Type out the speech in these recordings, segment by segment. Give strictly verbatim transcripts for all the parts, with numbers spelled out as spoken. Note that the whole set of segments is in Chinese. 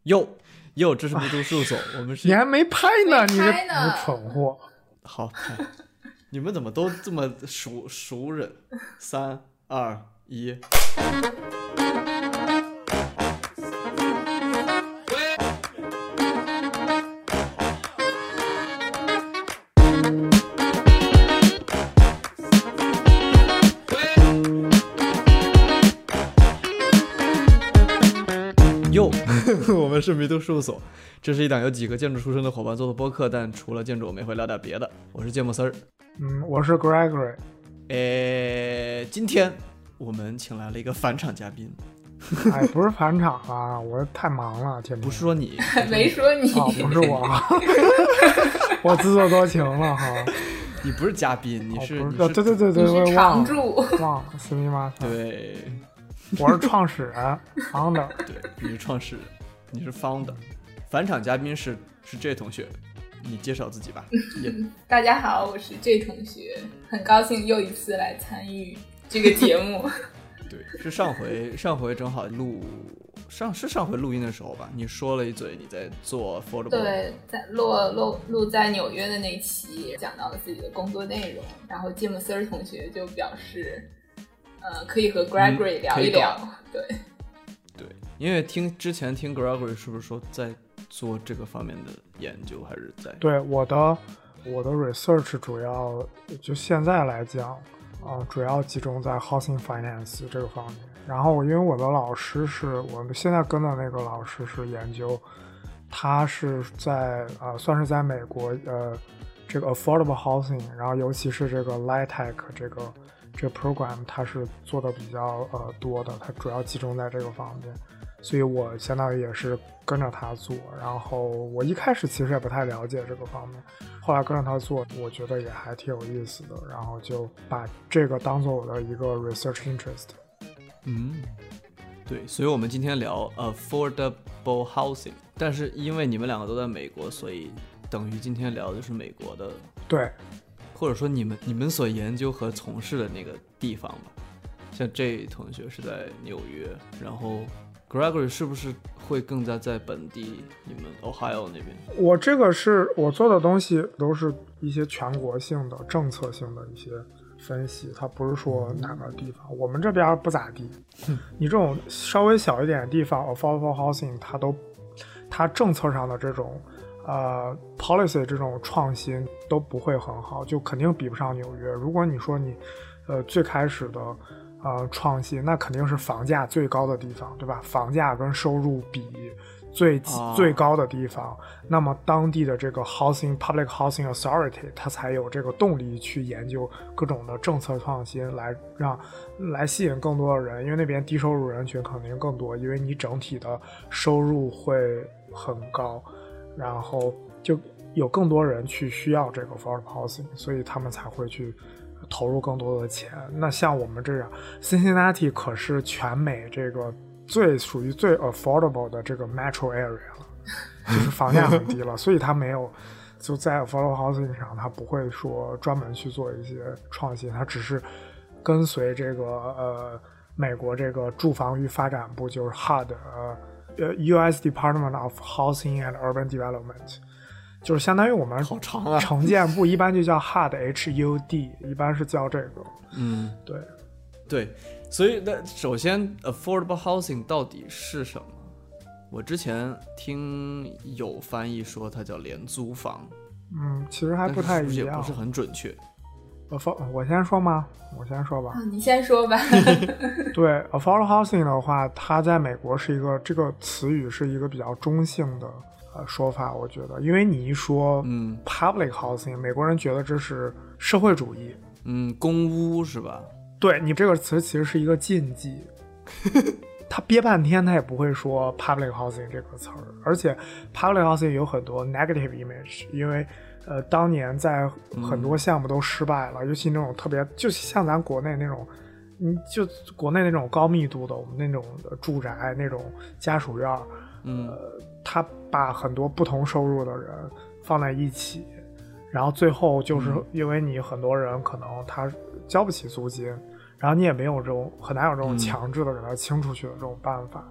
哟哟，这是迷途事务所，我们是你还没拍呢， 没拍呢你这蠢货！ 好拍，你们怎么都这么熟熟人？三二一。哟，我们是迷途事务所，这是一档由几个建筑出身的伙伴做的播客，但除了建筑，我们也会聊点别的。我是芥末丝儿， 嗯，我是 Gregory。 诶，今天我们请来了一个返场嘉宾。 哎，不是返场啊，我太忙了，天天。 不是说你， 没说你， 哦，不是我，我自作多情了哈。 你不是嘉宾，你是， 哦、 你是对对对对， 你是常驻， 忘了，斯密马。 对， 我是创始人 ，founder。 对，你是创始人，你是 founder。返场嘉宾是是 J 同学，你介绍自己吧。 yeah. 大家好，我是 J 同学，很高兴又一次来参与这个节目。 对，是上回上回正好录上是上回录音的时候吧，你说了一嘴你在做 affordable。 对，在录录录在纽约的那期讲到了自己的工作内容，然后芥末丝儿同学就表示呃，可以和 Gregory 聊一聊。嗯、对对，因为听之前听 Gregory 是不是说在做这个方面的研究，还是在？ 对，我的我的 research 主要就现在来讲呃，主要集中在 housing finance 这个方面。然后因为我的老师是我们现在跟的那个老师是研究，他是在呃算是在美国呃这个 affordable housing， 然后尤其是这个 LIHTC 这个这个 program 他是做的比较呃多的，他主要集中在这个方面，所以我相当于也是跟着他做。然后我一开始其实也不太了解这个方面，后来跟着他做，我觉得也还挺有意思的，然后就把这个当做我的一个 research interest。 嗯，对，所以我们今天聊 affordable housing， 但是因为你们两个都在美国，所以等于今天聊的是美国的， 对， 或者说你们你们所研究和从事的那个地方吧。像这同学是在纽约，然后 Gregory 是不是会更加在本地你们 Ohio 那边？ 我这个是我做的东西都是一些全国性的政策性的一些分析，它不是说哪个地方、嗯、我们这边不咋地、嗯、你这种稍微小一点的地方 affordable housing 它都它政策上的这种呃 policy 这种创新都不会很好，就肯定比不上纽约。如果你说你呃最开始的呃，创新那肯定是房价最高的地方，对吧？房价跟收入比最、哦、最高的地方，那么当地的这个 housing public housing authority 它才有这个动力去研究各种的政策创新，来让来吸引更多的人，因为那边低收入人群肯定更多，因为你整体的收入会很高，然后就有更多人去需要这个 affordable housing， 所以他们才会去投入更多的钱。那像我们这样 Cincinnati 可是全美这个最属于最 affordable 的这个 metro area 了，就是房价很低了，所以它没有就在 affordable housing 上它不会说专门去做一些创新，它只是跟随这个呃美国这个住房与发展部，就是 H U D 呃 U S Department of Housing and Urban Development，就是相当于我们城建部一般就叫 H U D H U D， 一般是叫这个。 嗯， 对， 对，所以那首先 affordable housing 到底是什么？我之前听有翻译说它叫廉租房， 嗯，其实还不太一样， 是不是也不是很准确。 我先说吗？我先说吧。 哦、你先说吧。 对 affordable housing 的话，它在美国是一个这个词语是一个比较中性的呃说法，我觉得，因为你一说嗯 public housing，、嗯、美国人觉得这是社会主义， 嗯，公屋是吧？ 对，你这个词其实是一个禁忌。他憋半天他也不会说 public housing 这个词儿，而且 public housing 有很多 negative image， 因为呃当年在很多项目都失败了、嗯、尤其那种特别就像咱国内那种你就国内那种高密度的我们那种住宅那种家属院， 嗯， 呃他把很多不同收入的人放在一起，然后最后就是因为你很多人可能他交不起租金，然后你也没有这种很难有这种强制的给他清出去的这种办法、嗯、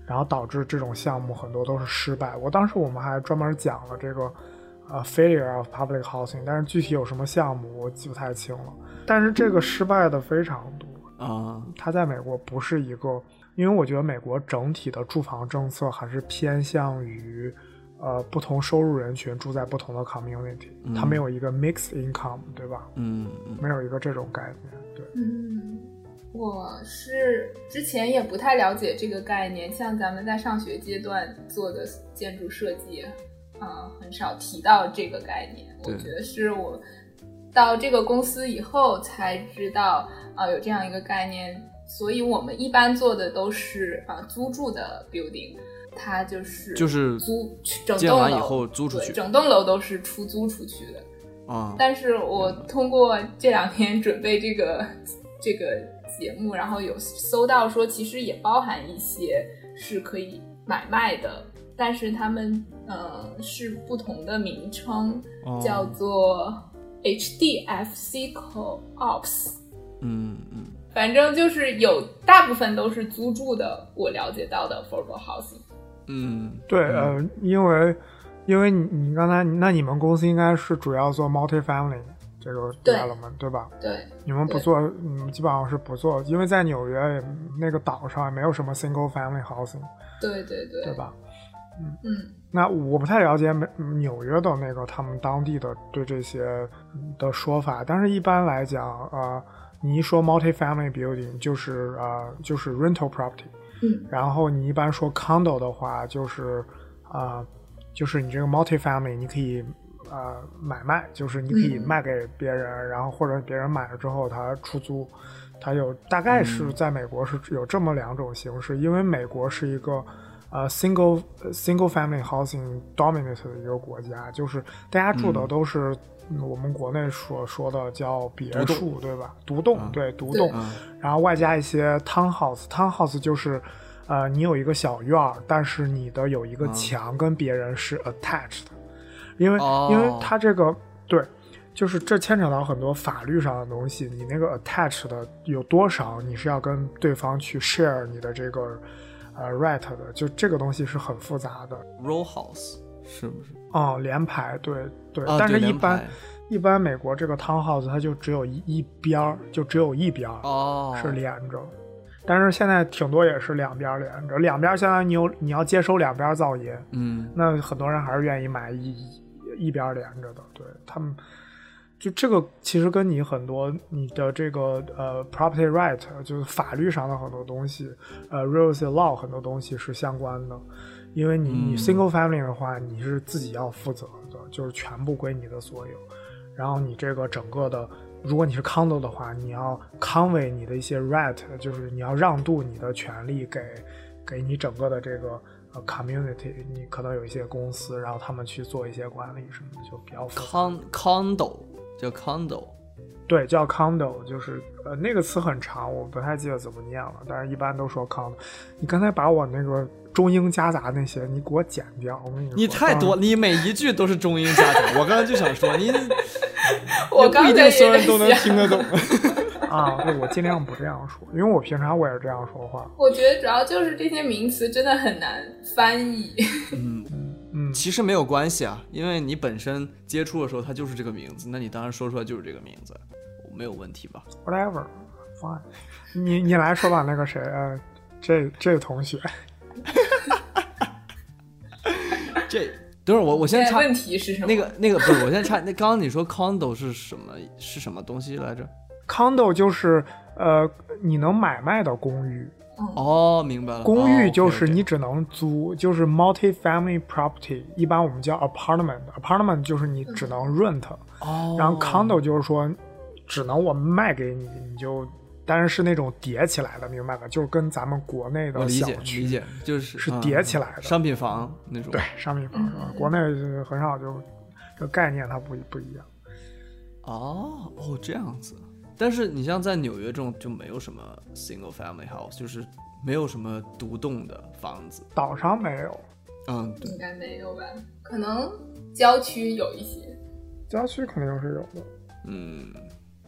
然后导致这种项目很多都是失败。我当时我们还专门讲了这个呃 failure of public housing， 但是具体有什么项目我记不太清了。但是这个失败的非常多啊， 它在美国不是一个，因为我觉得美国整体的住房政策还是偏向于呃不同收入人群住在不同的 community，嗯，它没有一个 mixed income， 对吧？ 嗯，嗯没有一个这种概念，对。 嗯。我是之前也不太了解这个概念，像咱们在上学阶段做的建筑设计，嗯，很少提到这个概念。我觉得是我到这个公司以后才知道，啊，有这样一个概念。所以我们一般做的都是啊租住的 building， 它就是就是租整栋楼建完以后租出去， 整栋楼都是出租出去的啊。 但是我通过这两天准备这个这个。节目，然后有搜到说其实也包含一些是可以买卖的，但是他们呃是不同的名称，哦，叫做 H D F C Co-ops， 嗯嗯， 反正就是有大部分都是租住的，我了解到的 affordable housing。 嗯， 对，呃，因为因为你你刚才那你们公司应该是主要做 multi-family。这个 development 对吧？ 对， 你们不做，嗯，基本上是不做，因为在纽约那个岛上也没有什么 single family housing。 对对对， 对吧？嗯嗯。 那我不太了解纽约的那个他们当地的对这些的说法，但是一般来讲，呃，你一说 multi-family building 就是呃就是 rental property， 嗯， 然后你一般说 condo 的话，就是啊、呃，就是你这个 multi-family 你可以。呃，买卖就是你可以卖给别人，嗯，然后或者别人买了之后他出租，它有大概是在美国是有这么两种形式，嗯，因为美国是一个呃 single single family housing dominant 的一个国家，就是大家住的都是我们国内所说的叫别墅，对吧？独栋，嗯，对，独栋，嗯，然后外加一些 townhouse， townhouse 就是呃你有一个小院，但是你的有一个墙跟别人是 attached 的。因为、oh. 因为它这个对，就是这牵扯到很多法律上的东西，你那个 attach 的有多少，你是要跟对方去 share 你的这个呃 right 的，就这个东西是很复杂的。 row house 是不是？ 哦，连排，对对， 啊， 但是一般一般美国这个 townhouse 它就只有一一边，就只有一边哦是连着。Oh.但是现在挺多也是两边连着，两边相当于你有你要接收两边噪音， 嗯， 那很多人还是愿意买一一边连着的，对他们，就这个其实跟你很多你的这个呃 property right 就是法律上的很多东西，呃 real estate law 很多东西是相关的，因为你你 single family 的话，你是自己要负责的，就是全部归你的所有，然后你这个整个的。如果你是 condo 的话，你要 convey 你的一些 right， 就是你要让渡你的权利给给你整个的这个呃 community， 你可能有一些公司，然后他们去做一些管理什么的，就比较复杂。 Con condo 叫 condo， 对，叫 condo， 就是呃那个词很长，我不太记得怎么念了，但是一般都说 condo。你刚才把我那个中英夹杂那些，你给我剪掉，我跟你说。 你太多，你每一句都是中英夹杂，我刚才就想说你。 我刚才也不一定所有人都能听得懂啊！对，我尽量不这样说，因为我平常我也是这样说话。 我觉得主要就是这些名词真的很难翻译。 嗯嗯，其实没有关系啊，因为你本身接触的时候它就是这个名字，那你当然说出来就是这个名字，没有问题吧 ？Whatever, fine 你。你你来说吧，那个谁，呃，这这个同学， 这。等会儿我我先插问题是什么？ 那个那个不是，我先插那刚刚你说 condo 是什么是什么东西来着 ？condo 就是呃你能买卖的公寓。 哦，明白了。 公寓就是你只能租，哦、okay, okay. 就是 multi-family property， 一般我们叫 apartment。apartment 就是你只能 rent。 哦。 然后 condo 就是说只能我卖给你，你就。但是是那种叠起来的，明白吧？就是跟咱们国内的小区理解，理解就是是叠起来的、 嗯、商品房那种。 对，商品房、嗯、国内很少就这个概念它不不一样。 哦哦，这样子。但是你像在纽约这种就没有什么 single family house， 就是没有什么独栋的房子。 岛上没有。 嗯，对， 应该没有吧？可能郊区有一些。 郊区肯定是有的。 嗯。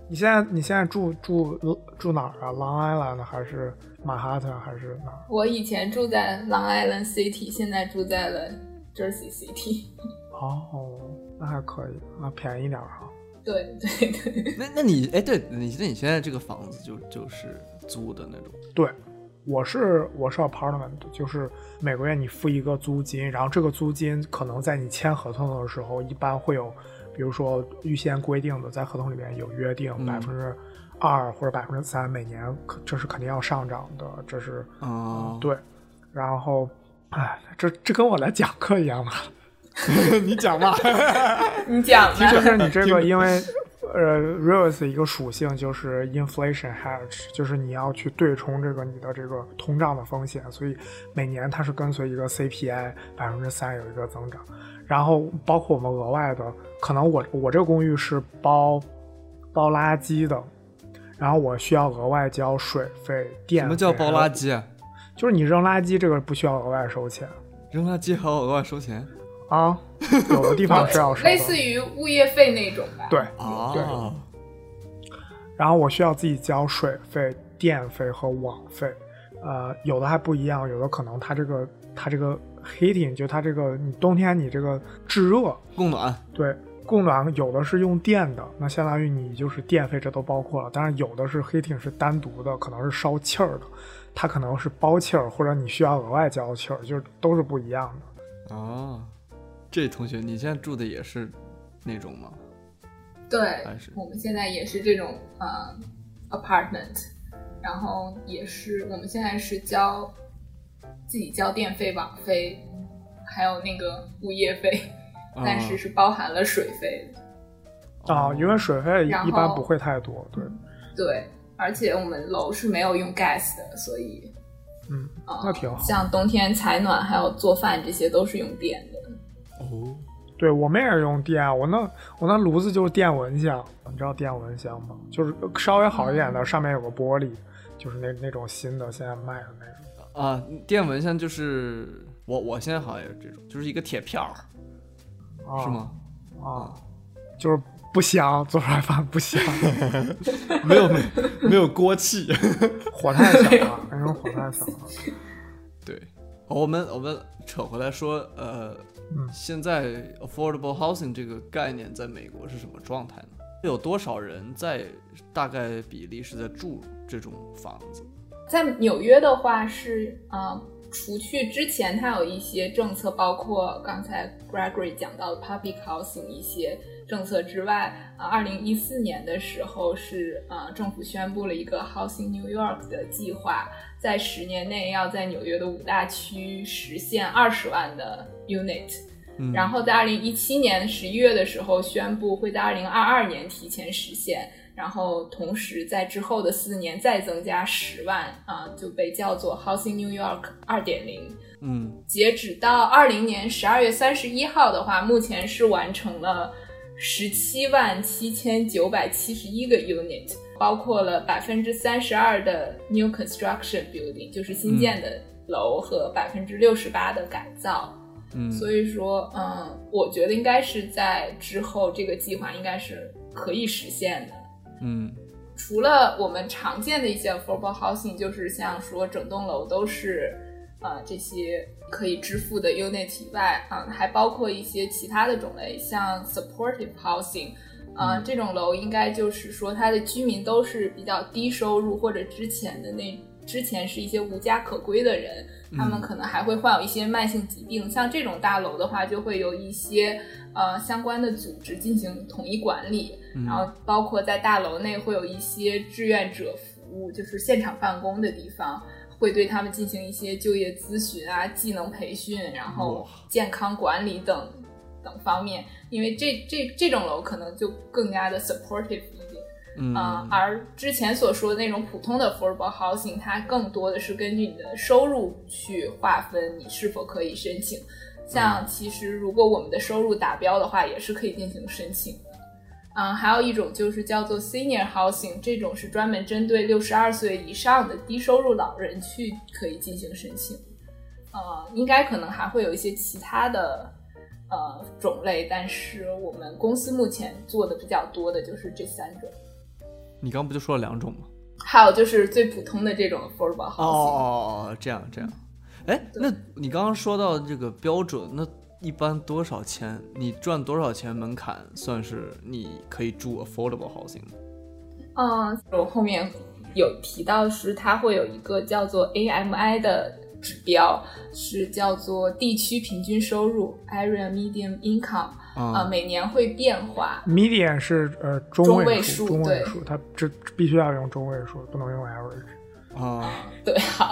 你现在你现在住住住哪儿啊 ？Long Island 还是曼哈顿还是哪儿？ 我以前住在 Long Island City， 现在住在了 Jersey City。 哦，那还可以，啊，便宜点哈。 对对对。 那那你哎，对你那你现在这个房子就就是租的那种？ 对，我是我是 apartment， 就是每个月你付一个租金，然后这个租金可能在你签合同的时候，一般会有。比如说预先规定的，在合同里面有约定百分之二或者百分之三每年，这是肯定要上涨的，这是哦、 嗯、对。然后，哎，这这跟我来讲课一样嘛。 你讲吧， 你讲吧。 就是你这个，因为呃 real estate 一个属性就是 inflation hedge， 就是你要去对冲这个你的这个通胀的风险，所以每年它是跟随一个 C P I 百分之三有一个增长。然后包括我们额外的，可能我我这个公寓是包包垃圾的，然后我需要额外交水费、电费。 什么叫包垃圾啊？ 就是你扔垃圾这个不需要额外收钱。 扔垃圾还要额外收钱啊？有的地方是要收的。 类似于物业费那种吧？ 对， 啊， 对。然后我需要自己交水费、电费和网费，呃，有的还不一样，有的可能它这个它这个。heating 就它这个，你冬天你这个制热供暖， 对，供暖有的是用电的，那相当于你就是电费这都包括了。当然有的是 heating 是单独的，可能是烧气儿的，它可能是包气儿，或者你需要额外交气儿，就是都是不一样的。 哦，这同学你现在住的也是那种吗？ 对，我们现在也是这种呃 apartment， 然后也是我们现在是交。自己交电费、网费，还有那个物业费，哦、但是是包含了水费的。啊、哦，因为水费一般不会太多，对。 对，而且我们楼是没有用 gas 的，所以， 嗯，那挺好。 像冬天采暖还有做饭这些都是用电的。 哦， 对，我们也是用电，我那我那炉子就是电蚊香，你知道电蚊香吗？就是稍微好一点的，嗯、上面有个玻璃，就是那那种新的现在卖的那种。 啊，电蚊香就是我我现在好像也是这种，就是一个铁片儿、啊，是吗？ 啊，就是不香，做出来饭不香， 没有没没有锅气， 火太小了，那种火太小了。 对，我们我们扯回来说，呃， 嗯、 现在 affordable housing 这个概念在美国是什么状态呢？有多少人在大概比例是在住这种房子？ 在纽约的话是，呃，除去之前它有一些政策，包括刚才 Gregory 讲到的 public housing 一些政策之外，啊、呃，二零一四年的时候是，呃，政府宣布了一个 Housing New York 的计划，在十年内要在纽约的五大区实现二十万的 unit，嗯、然后在二零一七年十一月的时候宣布会在二零二二年提前实现。然后同时在之后的四年再增加十万啊，就被叫做 Housing New York 二点零。 嗯， 截止到二零年十二月三十一号的话，目前是完成了十七万七千九百七十一个 unit， 包括了百分之三十二的 new construction building， 就是新建的楼和百分之六十八的改造。 嗯， 所以说，嗯，我觉得应该是在之后这个计划应该是可以实现的。 嗯， 除了我们常见的一些 affordable housing， 就是像说整栋楼都是呃这些可以支付的 unit 以外，啊、呃，还包括一些其他的种类，像 supportive housing， 呃、嗯，这种楼应该就是说它的居民都是比较低收入或者之前的那之前是一些无家可归的人，他们可能还会患有一些慢性疾病，嗯、像这种大楼的话，就会有一些呃相关的组织进行统一管理。然后包括在大楼内会有一些志愿者服务，就是现场办公的地方，会对他们进行一些就业咨询啊、技能培训，然后健康管理等等方面。因为这这这种楼可能就更加的 supportive 一点， 嗯、 呃，而之前所说的那种普通的 affordable housing， 它更多的是根据你的收入去划分你是否可以申请。像其实如果我们的收入达标的话，也是可以进行申请的。嗯，还有一种就是叫做 senior housing， 这种是专门针对六十二岁以上的低收入老人去可以进行申请。呃，应该可能还会有一些其他的呃种类，但是我们公司目前做的比较多的就是这三种。 你刚不就说了两种吗？ 还有就是最普通的这种 affordable housing。 哦哦，这样这样。哎，那你刚刚说到这个标准，那一般多少钱？你赚多少钱门槛算是你可以住 affordable housing？ 嗯，我后面有提到是它会有一个叫做 A M I 的指标，是叫做地区平均收入 Area Median Income， 嗯呃，每年会变化。 median 是呃中中位位数中位数，它这必须要用中位数，不能用 average。 啊， 对，好。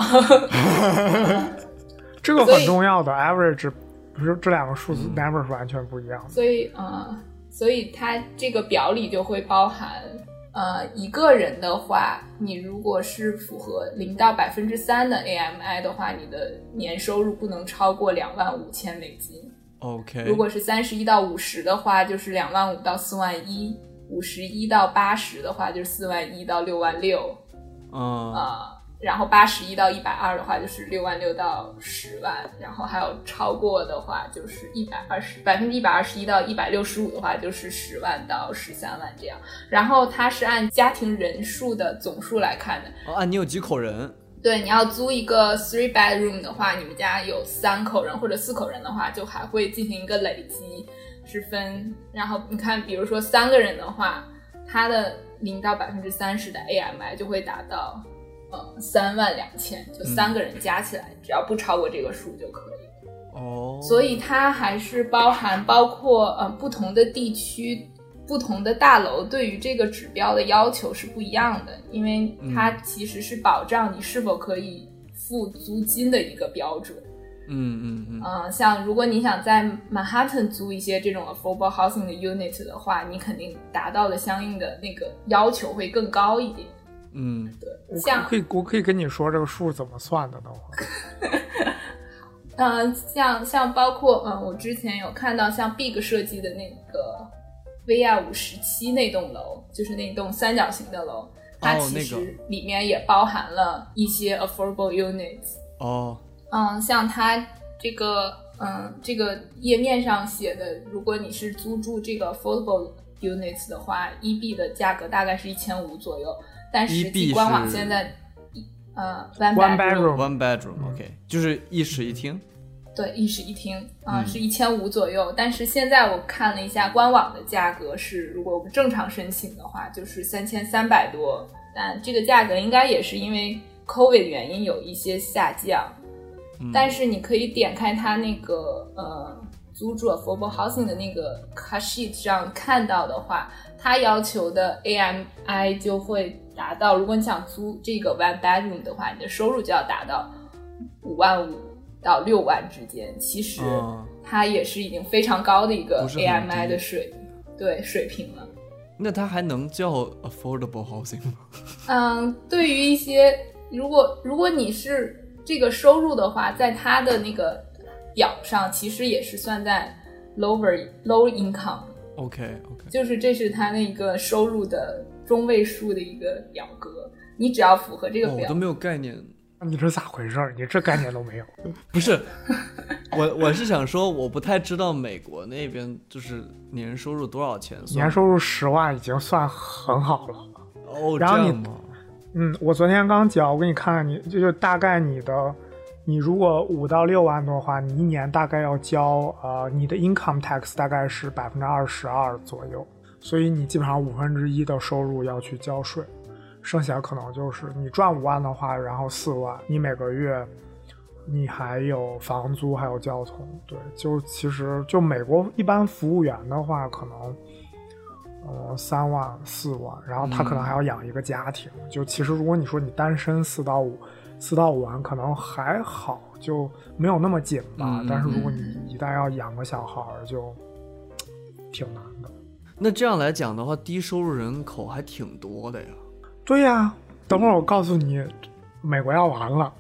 这个很重要的 average， 不是这两个数字 number 是完全不一样的。 所以，呃，所以它这个表里就会包含，呃，一个人的话，你如果是符合零到百分之三的 A M I 的话，你的年收入不能超过两万五千美金。 OK， 如果是三十一到五十的话，就是两万五到四万一；五十一到八十的话，就是四万一到六万六。 嗯， 呃，然后八十一到一百二的话，就是六万六到十万。然后还有超过的话，就是一百二十百分之一百二十一到一百六十五的话，就是十万到十三万这样。然后它是按家庭人数的总数来看的。 哦，啊，你有几口人？ 对，你要租一个 three bedroom 的话，你们家有三口人或者四口人的话，就还会进行一个累积，是分。然后你看，比如说三个人的话，它的零到百分之三十的 A M I 就会达到呃三万两千，就三个人加起来，嗯、只要不超过这个数就可以。 哦， 所以它还是包含包括呃不同的地区。不同的大楼对于这个指标的要求是不一样的，因为它其实是保障你是否可以付租金的一个标准。 嗯嗯嗯。 呃，像如果你想在曼哈顿租一些这种 affordable housing 的 unit 的话，你肯定达到的相应的那个要求会更高一点。 嗯， 对。像我可以我可以跟你说这个数怎么算的，等会儿。 嗯、呃，像像包括嗯、呃，我之前有看到像 Big 设计的那个。V I 五十七那栋楼，就是那栋三角形的楼，它其实里面也包含了一些 affordable units。 哦， 嗯，像它这个，嗯，这个页面上写的，如果你是租住这个 affordable units 的话 ，E B 的价格大概是一千五左右，但实际官网现在，呃 ，one bedroom one bedroom，OK，、嗯、就是一室一厅。 对，一室一厅啊、呃嗯，是一千五左右。但是现在我看了一下官网的价格是，如果我们正常申请的话，就是三千三百多。但这个价格应该也是因为 COVID 原因有一些下降。嗯、但是你可以点开它那个呃租住 affordable housing 的那个 cut sheet 上看到的话，它要求的 A M I 就会达到，如果你想租这个 one bedroom 的话，你的收入就要达到五万五。到六万之间，其实它也是已经非常高的一个 A M I 的水，对水平了。 那它还能叫 affordable housing 吗？ 嗯，对于一些如果如果你是这个收入的话，在它的那个表上，其实也是算在 lower low income。OK OK， 就是这是它那个收入的中位数的一个表格，你只要符合这个表， 哦、我都没有概念。 你这咋回事？你这概念都没有。 不是，我我是想说，我不太知道美国那边就是年收入多少钱。 年收入十万已经算很好了。 哦， 然后你这样吗？ 嗯，我昨天刚讲，我给你看看，你就大概你的，你如果五到六万多的话，你一年大概要交呃，你的 income tax 大概是百分之二十二左右，所以你基本上五分之一的收入要去交税。剩下可能就是你赚五万的话，然后四万，你每个月你还有房租，还有交通，对，就其实就美国一般服务员的话，可能呃三万四万，然后他可能还要养一个家庭，嗯、就其实如果你说你单身四到五四到五万，可能还好，就没有那么紧吧。嗯、但是如果你一旦要养个小孩，就挺难的。 那这样来讲的话，低收入人口还挺多的呀。 对呀、啊，等会儿我告诉你，美国要完了。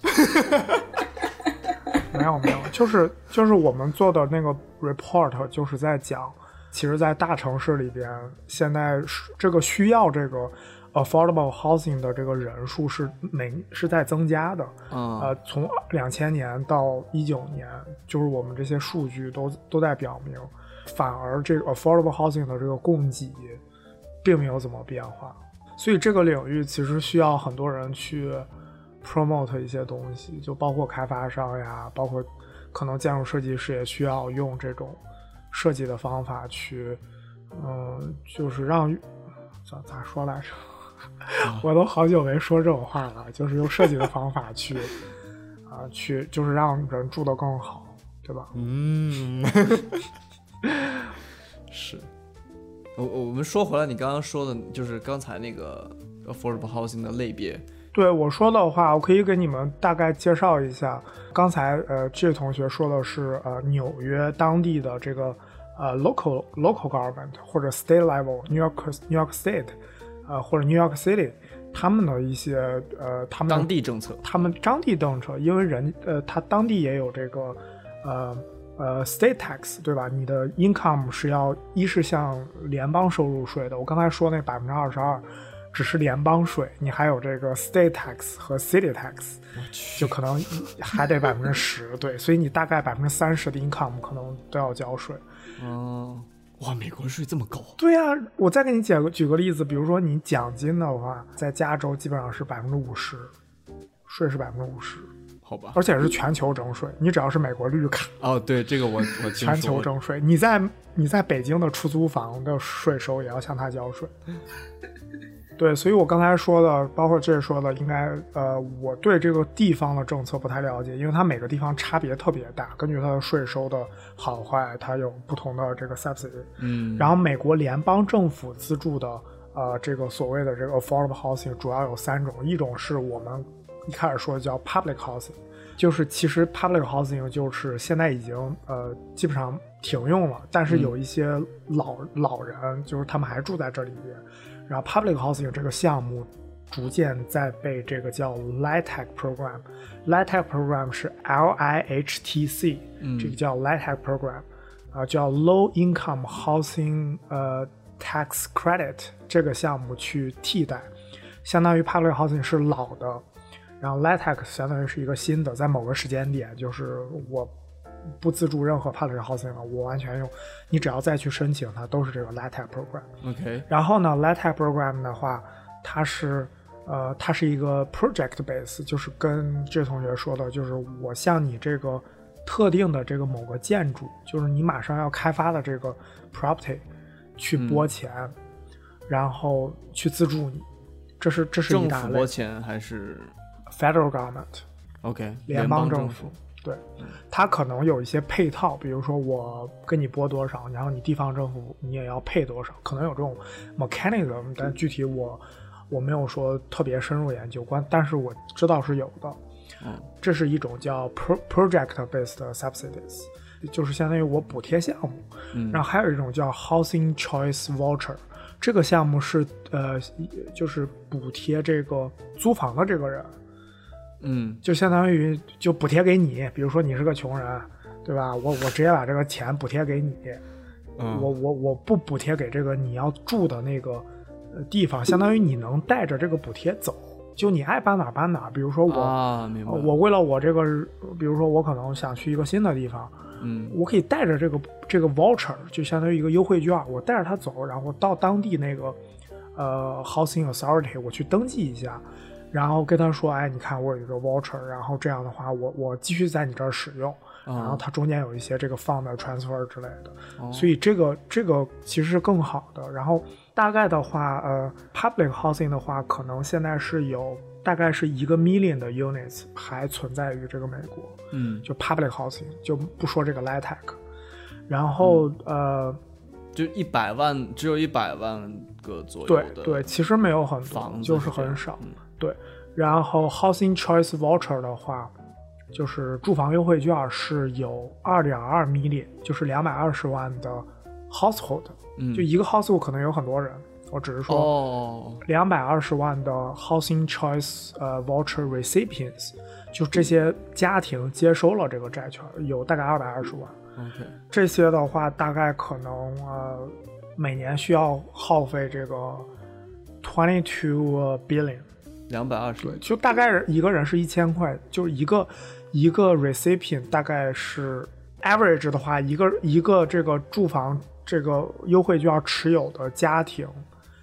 没有没有，就是就是我们做的那个 report 就是在讲，其实在大城市里边，现在这个需要这个 affordable housing 的这个人数是每是在增加的。 嗯， 呃，从两千年到一九年，就是我们这些数据都都在表明，反而这个 affordable housing 的这个供给并没有怎么变化。 所以这个领域其实需要很多人去 promote 一些东西，就包括开发商呀，包括可能建筑设计师也需要用这种设计的方法去，嗯，就是让咋咋说来着？我都好久没说这种话了，就是用设计的方法去啊、呃，去就是让人住得更好，对吧？ 嗯，是。我我们说回来，你刚刚说的就是刚才那个 affordable housing 的类别。 对我说的话，我可以给你们大概介绍一下。刚才呃，这位同学说的是呃纽约当地的这个呃 local local government 或者 state level New York New York State 呃或者 New York City 他们的一些呃他们当地政策， 他们当地政策，因为人呃他当地也有这个呃呃 state tax 对吧？你的 income 是要一是向联邦收入税的，我刚才说那百分之二十二。只是联邦税，你还有这个 state tax 和 city tax， 就可能还得百分之十，对，所以你大概百分之三十的 income 可能都要交税。 哦，哇，美国税这么高？ 对啊，我再给你举个举个例子，比如说你奖金的话，在加州基本上是百分之五十，税是百分之五十。 好吧， 而且是全球征税，你只要是美国绿卡。 哦，对，这个我我听说全球征税，你在你在北京的出租房的税收也要向他交税。对，所以我刚才说的，包括这说的，应该呃，我对这个地方的政策不太了解，因为它每个地方差别特别大，根据它的税收的好坏，它有不同的这个 subsidy。 嗯， 然后美国联邦政府资助的呃这个所谓的这个 affordable housing 主要有三种，一种是我们一开始说的叫 public housing， 就是其实 public housing 就是现在已经呃基本上停用了，但是有一些老、嗯、老人就是他们还住在这里边。然后 public housing 这个项目逐渐在被这个叫 LIHTC program，LIHTC program 是 L I H T C，、嗯、这个叫 LIHTC program， 啊、呃，叫 Low Income Housing 呃 Tax Credit 这个项目去替代，相当于 public housing 是老的，然后 LIHTC 相当于是一个新的，在某个时间点，就是我不资助任何 public housing 了，我完全用，你只要再去申请它都是这个 LIHTC program。OK。然后呢 ，LIHTC program 的话，它是呃，它是一个 project base， 就是跟这同学说的，就是我向你这个特定的这个某个建筑，就是你马上要开发的这个 property 去拨钱，嗯、然后去资助你，这是这是一大类。 政府拨钱还是 federal government？OK，、okay, 联邦政府。对，它可能有一些配套，比如说我跟你拨多少，然后你地方政府你也要配多少，可能有这种 mechanism， 但具体我我没有说特别深入研究关，但是我知道是有的。嗯，这是一种叫 pro, project-based subsidies， 就是相当于我补贴项目。嗯，然后还有一种叫 housing choice voucher， 这个项目是呃，就是补贴这个租房的这个人。 嗯， 就相当于就补贴给你，比如说你是个穷人，对吧？我我直接把这个钱补贴给你，嗯、我我我不补贴给这个你要住的那个地方，相当于你能带着这个补贴走，就你爱搬哪搬哪。比如说我， 啊、明白我为了我这个，比如说我可能想去一个新的地方， 嗯， 我可以带着这个这个 voucher， 就相当于一个优惠券，我带着它走，然后到当地那个呃 housing authority 我去登记一下。然后跟他说，哎，你看我有一个 voucher， 然后这样的话，我我继续在你这儿使用， 哦、 然后它中间有一些这个 fund transfer 之类的， 哦、 所以这个这个其实是更好的。然后大概的话，呃 ，public housing 的话，可能现在是有大概是一个 million 的 units 还存在于这个美国， 嗯， 就 public housing 就不说这个 LIHTC， 然后、嗯、呃。 就一百万，只有一百万个左右的， 对对，其实没有很多，就是很少。嗯、对，然后 Housing Choice Voucher 的话，就是住房优惠券是有 二点二 million， 就是两百二十万的 household，、嗯、就一个 household 可能有很多人。我只是说，两百二十万的 Housing Choice 呃 Voucher recipients， 就这些家庭接收了这个债券，有大概二百二十万。 Okay. 这些的话大概可能呃每年需要耗费这个 twenty two billion， 两百二十， 对，就大概一个人是一千块，就是一个一个 recipient 大概是 average 的话，一个一个这个住房这个优惠券持有的家庭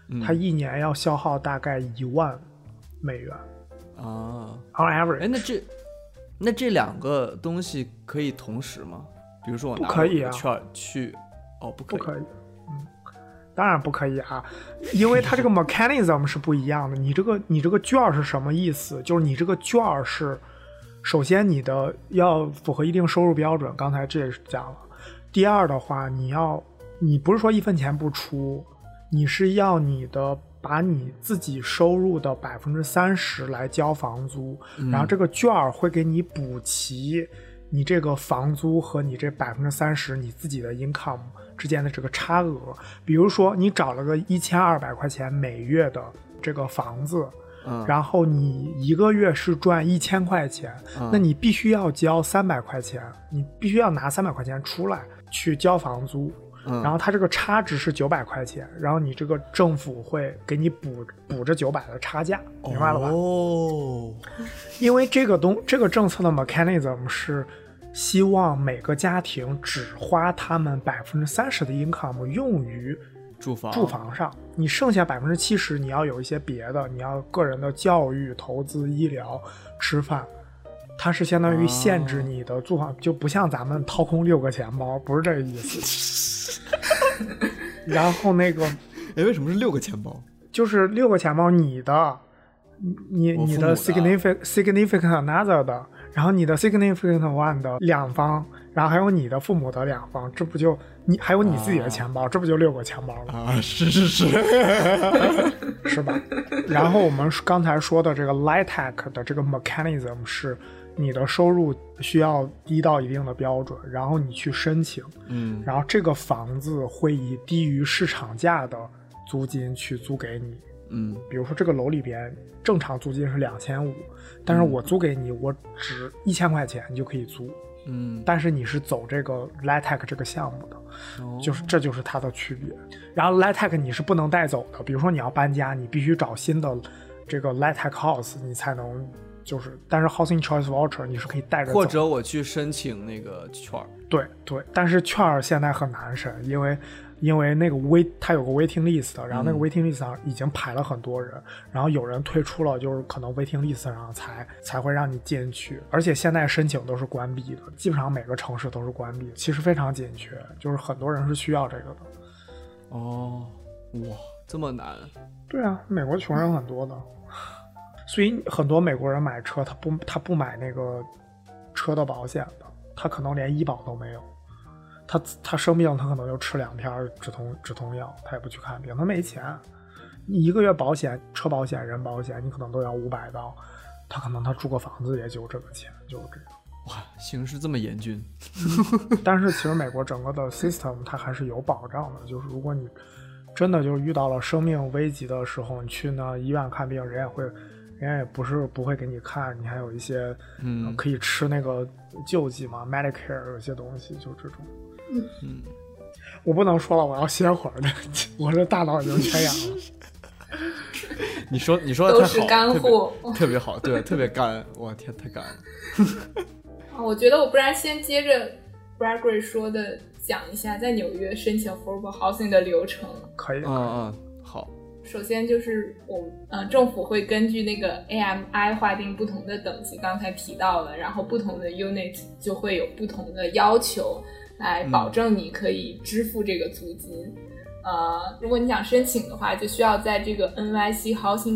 嗯、 他一年要消耗大概一万美元啊 ，on average。 哎，那这那这两个东西可以同时吗？比如说我拿可以啊， 券去，哦，不可以， 不可以，嗯，当然不可以啊，因为它这个 mechanism 是不一样的。你这个你这个券是什么意思？就是你这个券是，首先你的要符合一定收入标准，刚才这也是讲了。第二的话，你要你不是说一分钱不出，你是要你的把你自己收入的百分之三十来交房租， 嗯、 然后这个券会给你补齐你这个房租和你这百分之三十你自己的 income 之间的这个差额。比如说你找了个一千二百块钱每月的这个房子， 嗯、 然后你一个月是赚一千块钱， 嗯、 那你必须要交三百块钱，你必须要拿三百块钱出来去交房租。 嗯、 然后它这个差值是九百块钱，然后你这个政府会给你补补这九百的差价，明白了吧？ 哦， 因为这个东这个政策的 mechanism 是希望每个家庭只花他们百分之三十的 income 用于住房住房上，你剩下百分之七十你要有一些别的，你要个人的教育、投资、医疗、吃饭。它是相当于限制你的住房，哦、就不像咱们掏空六个钱包，不是这个意思。然后那个， 哎，为什么是六个钱包？ 就是六个钱包，你的，你你的 significant significant another 的，然后你的 significant one 的两方，然后还有你的父母的两方，这不就你还有你自己的钱包，啊、这不就六个钱包了啊？是是是， 是吧？然后我们刚才说的这个 LIHTC 的这个 mechanism 是。你的收入需要低到一定的标准，然后你去申请， 嗯， 然后这个房子会以低于市场价的租金去租给你， 嗯， 比如说这个楼里边正常租金是两千五，但是我租给你，我只一千块钱你就可以租， 嗯， 但是你是走这个 LIHTC 这个项目的， 哦、 就是这就是它的区别。然后 LIHTC 你是不能带走的，比如说你要搬家，你必须找新的这个 LIHTC house， 你才能。就是，但是 Housing Choice Voucher 你是可以带着走， 或者我去申请那个券。 对对，但是券现在很难申，因为因为那个 wait 它有个 waiting list， 然后那个 waiting list 上已经排了很多人，嗯、然后有人退出了，就是可能 waiting list 上才才会让你进去，而且现在申请都是关闭的，基本上每个城市都是关闭的，其实非常紧缺，就是很多人是需要这个的。 哦，哇，这么难？ 对啊，美国穷人很多的。所以很多美国人买车，他不他不买那个车的保险的，他可能连医保都没有。他他生病，他可能就吃两片止痛止痛药，他也不去看病，他没钱。你一个月保险，车保险、人保险，你可能都要五百刀，他可能他住个房子也就这个钱，就是这样。 哇，形势这么严峻。 但是其实美国整个的 system 它还是有保障的，就是如果你真的就遇到了生命危急的时候，你去呢医院看病，人也会。人家也不是不会给你看，你还有一些嗯、 呃、可以吃那个救济嘛 Medicare 有些东西就这种。 嗯嗯， 我不能说了，我要歇会儿的，我这大脑已经缺氧了。 你说你说的太好， 都是干货， 特别, 特别好，对，特别干，我天，太干了。 我觉得我不然先接着 Gregory 说的讲一下在纽约申请 affordable housing 的流程。 可以， 嗯嗯，好。 首先就是我呃政府会根据那个 A M I 划定不同的等级，刚才提到了，然后不同的 unit 就会有不同的要求来保证你可以支付这个租金。嗯、呃，如果你想申请的话，就需要在这个 N Y C Housing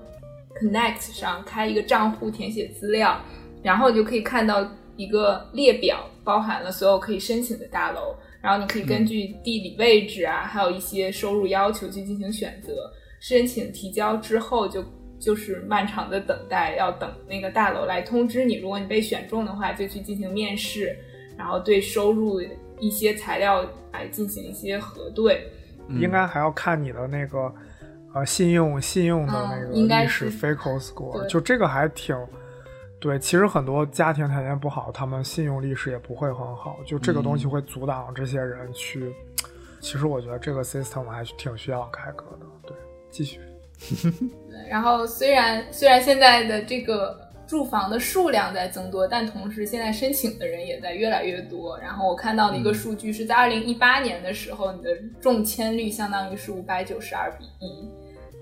Connect 上开一个账户，填写资料，然后就可以看到一个列表，包含了所有可以申请的大楼，然后你可以根据地理位置啊，嗯、还有一些收入要求去进行选择。申请提交之后就就是漫长的等待，要等那个大楼来通知你，如果你被选中的话就去进行面试，然后对收入一些材料来进行一些核对。 嗯、应该还要看你的那个呃信用信用的那个历史 F I C O score， 就这个还挺对。其实很多家庭条件不好，他们信用历史也不会很好，就这个东西会阻挡这些人去、嗯、其实我觉得这个 system 还是挺需要改革的。对，继续。 然后虽然虽然现在的这个住房的数量在增多，但同时现在申请的人也在越来越多。然后我看到的一个数据是在二零一八年的时候，你的中签率相当于是五百九十二比一，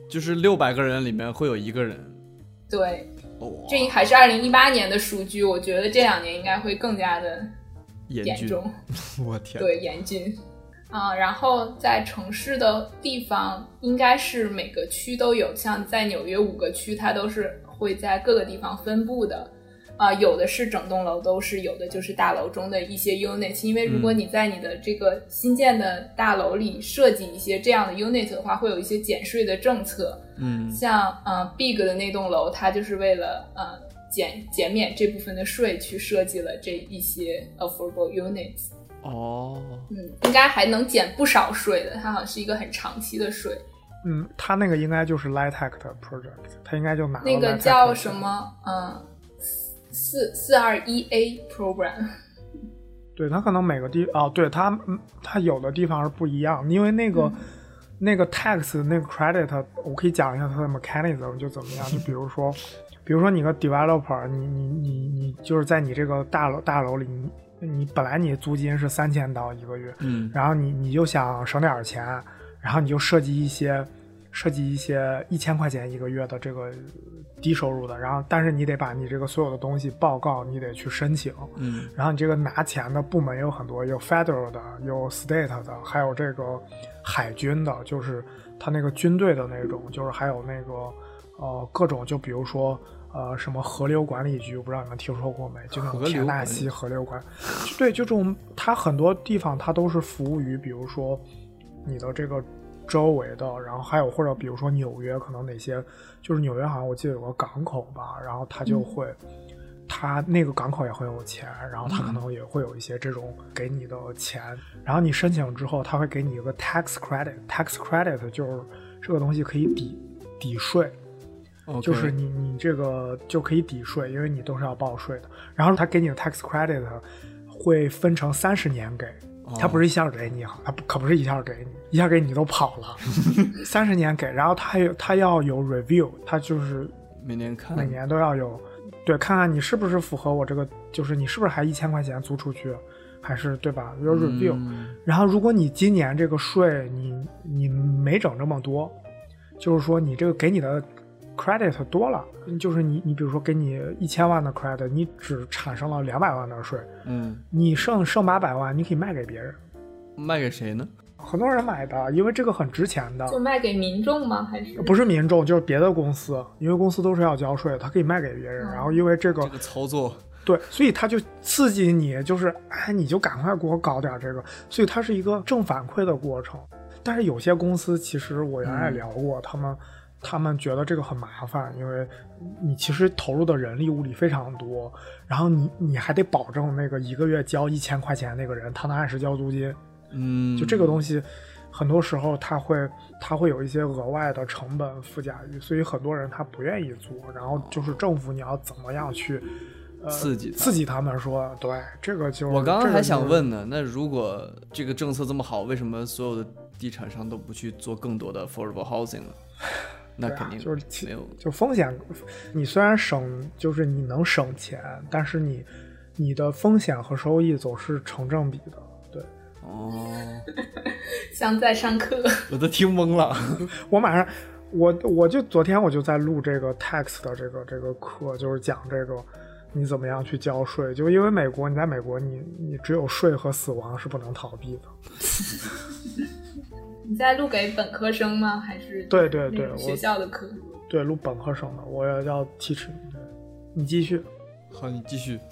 就是六百个人里面会有一个人。 对， 哦， 这还是二零一八年的数据，我觉得这两年应该会更加的严重。 我天， 对，严峻。啊、呃，然后在城市的地方，应该是每个区都有，像在纽约五个区，它都是会在各个地方分布的。啊、呃，有的是整栋楼都是，有的就是大楼中的一些 unit。因为如果你在你的这个新建的大楼里设计一些这样的 unit 的话，会有一些减税的政策。 嗯， 像呃 Big 的那栋楼，它就是为了呃减减免这部分的税去设计了这一些 affordable units。 哦， 嗯，应该还能减不少税的，它好像是一个很长期的税。 嗯，他那个应该就是 LIHTC 的 project， 他应该就拿了那个叫什么？嗯。四四二一 A program， 对，它可能每个地哦，对它它有的地方是不一样，因为那个、嗯、那个 tax 那个 credit， 我可以讲一下它的 mechanism 就怎么样，就比如说，比如说你个 developer， 你你你你就是在你这个大楼大楼里，你你本来你租金是三千刀一个月， 嗯， 然后你你就想省点钱，然后你就设计一些设计一些一千块钱一个月的这个。低收入的，然后但是你得把你这个所有的东西报告，你得去申请， 嗯， 然后你这个拿钱的部门有很多，有 federal 的，有 state 的，还有这个海军的，就是他那个军队的那种，就是还有那个呃各种，就比如说呃什么河流管理局，我不知道你们听说过没？就那种田纳西河流管，对，就这种，它很多地方它都是服务于，比如说你的这个。周围的，然后还有或者比如说纽约，可能哪些就是纽约好像我记得有个港口吧，然后他就会，嗯、他那个港口也很有钱，然后他可能也会有一些这种给你的钱，嗯、然后你申请之后，他会给你一个 tax credit，tax credit 就是这个东西可以抵抵税， okay. 就是你你这个就可以抵税，因为你都是要报税的，然后他给你的 tax credit 会分成三十年给。他不是一下给你，他可不是一下给你，一下给你都跑了，三十年给，然后他有他要有 review， 他就是每年看， 每年都要有，对，看看你是不是符合我这个，就是你是不是还一千块钱租出去，还是对吧？有 review， 嗯、 然后如果你今年这个税你你没整这么多，就是说你这个给你的 credit 多了，就是你你比如说给你一千万的 credit， 你只产生了两百万的税， 嗯， 你剩剩八百万，你可以卖给别人， 卖给谁呢？ 很多人买的，因为这个很值钱的。 就卖给民众吗？还是不是民众，就是别的公司，因为公司都是要交税，他可以卖给别人，嗯、然后因为这个这个操作， 对，所以他就刺激你，就是哎，你就赶快给我搞点这个，所以它是一个正反馈的过程。但是有些公司其实我原来聊过，嗯、他们。他们觉得这个很麻烦，因为你其实投入的人力物力非常多，然后你你还得保证那个一个月交一千块钱那个人他能按时交租金， 嗯， 就这个东西很多时候他会他会有一些额外的成本附加于，所以很多人他不愿意做，然后就是政府你要怎么样去呃刺激刺激他们说，对，这个就我刚刚还想问呢，那如果这个政策这么好，为什么所有的地产商都不去做更多的 affordable housing 呢？那肯定、 啊、就是没有， 就风险，你虽然省，就是你能省钱，但是你你的风险和收益总是成正比的，对。 哦， 像在上课， 我都听懵了。 我马上，我我就昨天我就在录这个 tax 的这个这个课，就是讲这个你怎么样去交税，就因为美国，你在美国你你只有税和死亡是不能逃避的。 你在录给本科生吗？还是对对对， 学校的课？ 对，录本科生的，我要 teach 你。你继续。 好，你继续。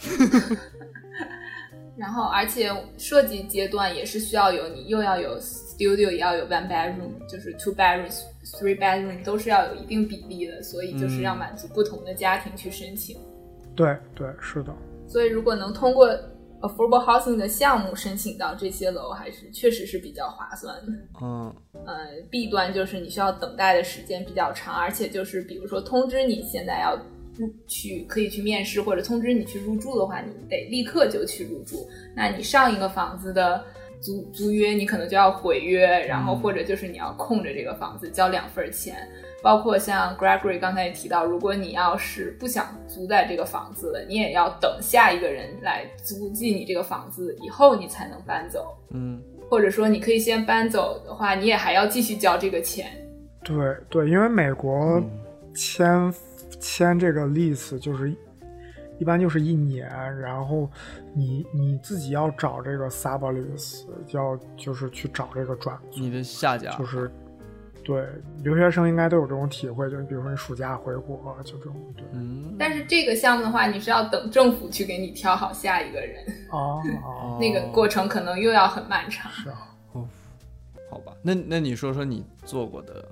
然后，而且设计阶段也是需要有你又要有 studio， 也要有 one bedroom， 就是 two bedrooms、three bedroom 都是要有一定比例的，所以就是要满足不同的家庭去申请。 嗯、对对，是的。 所以如果能通过affordable housing 的项目申请到这些楼，还是确实是比较划算的。 嗯， 呃，弊端就是你需要等待的时间比较长，而且就是比如说通知你现在要去可以去面试，或者通知你去入住的话，你得立刻就去入住。那你上一个房子的租租约，你可能就要毁约，然后或者就是你要空着这个房子交两份钱。包括像 Gregory 刚才也提到，如果你要是不想租在这个房子了，你也要等下一个人来租进你这个房子以后你才能搬走。 嗯， 或者说你可以先搬走的话，你也还要继续交这个钱。 对对，因为美国签、嗯、签这个 lease 就是一般就是一年，然后你你自己要找这个 sublease， 要就是去找这个转租， 你的下家就是对留学生应该都有这种体会，就比如说你暑假回国就这种对。 嗯， 但是这个项目的话，你是要等政府去给你挑好下一个人哦，哦那个过程可能又要很漫长。 是啊， 哦，好吧，那那你说说你做过的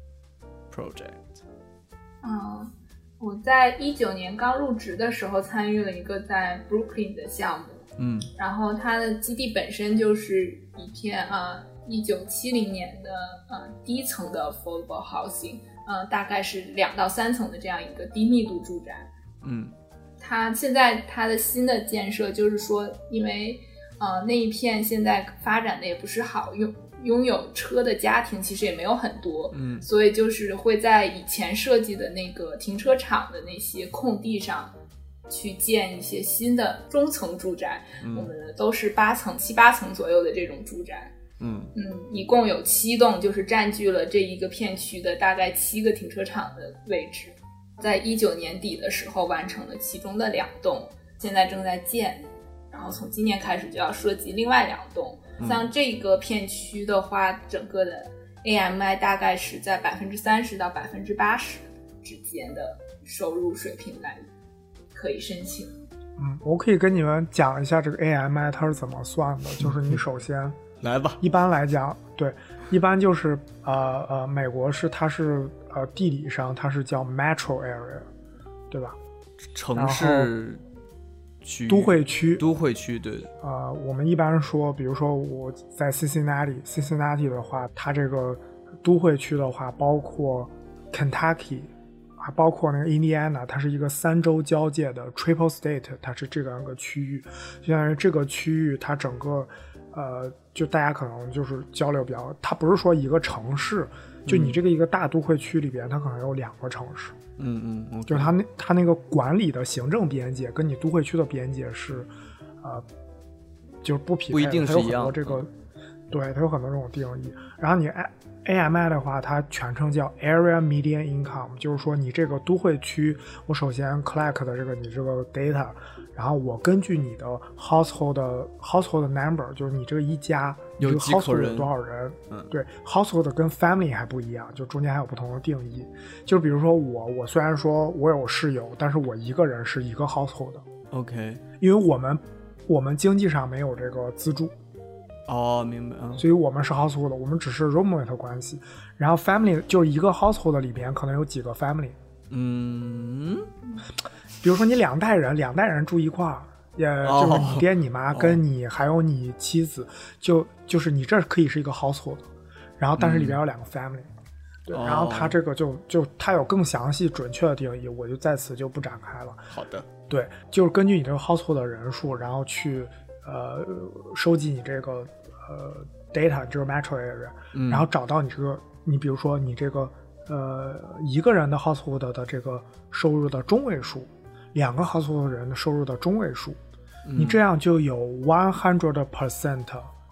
project。 嗯，我在一九年刚入职的时候参与了一个在 Brooklyn 的项目， 嗯， 然后它的基地本身就是一片啊一九七零年的呃低层的 affordable housing， 呃大概是两到三层的这样一个低密度住宅。 嗯， 它现在它的新的建设就是说，因为呃那一片现在发展的也不是好用。拥有车的家庭其实也没有很多， 嗯， 所以就是会在以前设计的那个停车场的那些空地上去建一些新的中层住宅，嗯，我们的都是八层七八层左右的这种住宅， 嗯嗯，一共有七栋，就是占据了这一个片区的大概七个停车场的位置，在一九年底的时候完成了其中的两栋，现在正在建，然后从今年开始就要设计另外两栋。像这个片区的话，整个的 A M I 大概是在百分之三十到百分之八十之间的收入水平来可以申请。 嗯，我可以跟你们讲一下这个 A M I 它是怎么算的。就是你首先来吧， 一般来讲，对，一般就是呃呃，美国是它是呃地理上它是叫 metro area， 对吧？ 城市。 都会区， 都会区，对。 呃，我们一般说，比如说我在 Cincinnati，Cincinnati 的话，它这个都会区的话，包括 Kentucky， 还包括那个 Indiana， 它是一个三州交界的 Triple State， 它是这样一个区域。就像这个区域，它整个，呃，就大家可能就是交流比较，它不是说一个城市，就你这个一个大都会区里边，它可能有两个城市。 嗯嗯， 就是它那它那个管理的行政边界跟你都会区的边界是，呃，就是不匹配的， 不一定是一样。 它有很多这个，对，它有很多这种定义。然后你 A M I 的话，它全称叫 Area Median Income， 就是说你这个都会区，我首先 collect 的这个你这个 data， 然后我根据你的 household household number， 就是你这个一家有几口人， 有多少人， 嗯， 对 household 跟 family 还不一样，就中间还有不同的定义。就比如说我，我虽然说我有室友，但是我一个人是一个 household。 OK， 因为我们我们经济上没有这个资助。 哦，明白。嗯， 所以我们是 household， 我们只是 roommate 关系。然后 family 就是一个 household 里边可能有几个 family。 嗯， 比如说你两代人，两代人住一块儿。也就是你爹你妈跟你还有你妻子，就就是你这可以是一个 household， 然后但是里边有两个 family，嗯，对，然后它这个就就它有更详细准确的定义，我就在此就不展开了。 好的， 对，就是根据你这个 household 的人数，然后去呃收集你这个呃 data 这个 metro area，嗯，然后找到你这个你比如说你这个呃一个人的 household 的这个收入的中位数。两个 household 人的收入的中位数，嗯，你这样就有 one hundred percent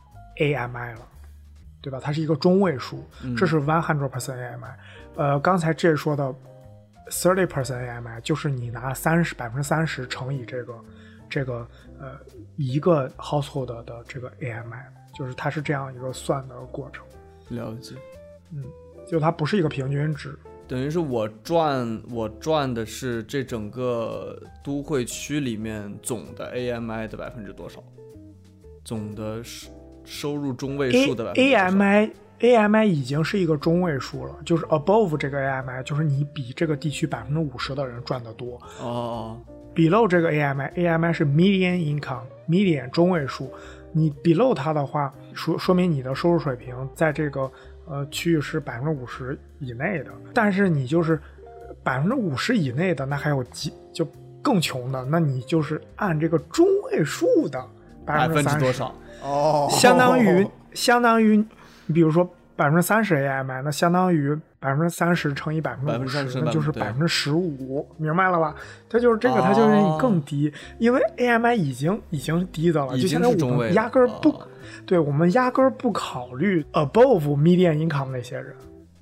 A M I 了，对吧？它是一个中位数，嗯，这是 one hundred percent A M I。呃，刚才这说的 thirty percent A M I 就是你拿三十百分之三十乘以这个这个呃一个 household 的这个 A M I， 就是它是这样一个算的过程。 了解， 嗯，就它不是一个平均值。 等于是我赚我赚的是这整个都会区里面总的 A M I 的百分之多少？总的收入中位数的百分之多少 ？A M I A M I 已经是一个中位数了，就是 above 这个 A M I， 就是你比这个地区百分之五十的人赚得多。 哦。 below 这个 A M I，A M I 是 median income，median 中位数。你 below 它的话，说说明你的收入水平在这个。呃，区域是百分之五十以内的，但是你就是百分之五十以内的，那还有几就更穷的，那你就是按这个中位数的百分之三十多少哦， 相当于相当于，你比如说百分之三十 A M I， 那相当于百分之三十乘以百分之五十，那就是百分之十五，明白了吧？它就是这个，它就是你更低，哦，因为 A M I 已经已经低的了，就现在我们压根儿不。哦，对，我们压根儿不考虑 above median income 那些人，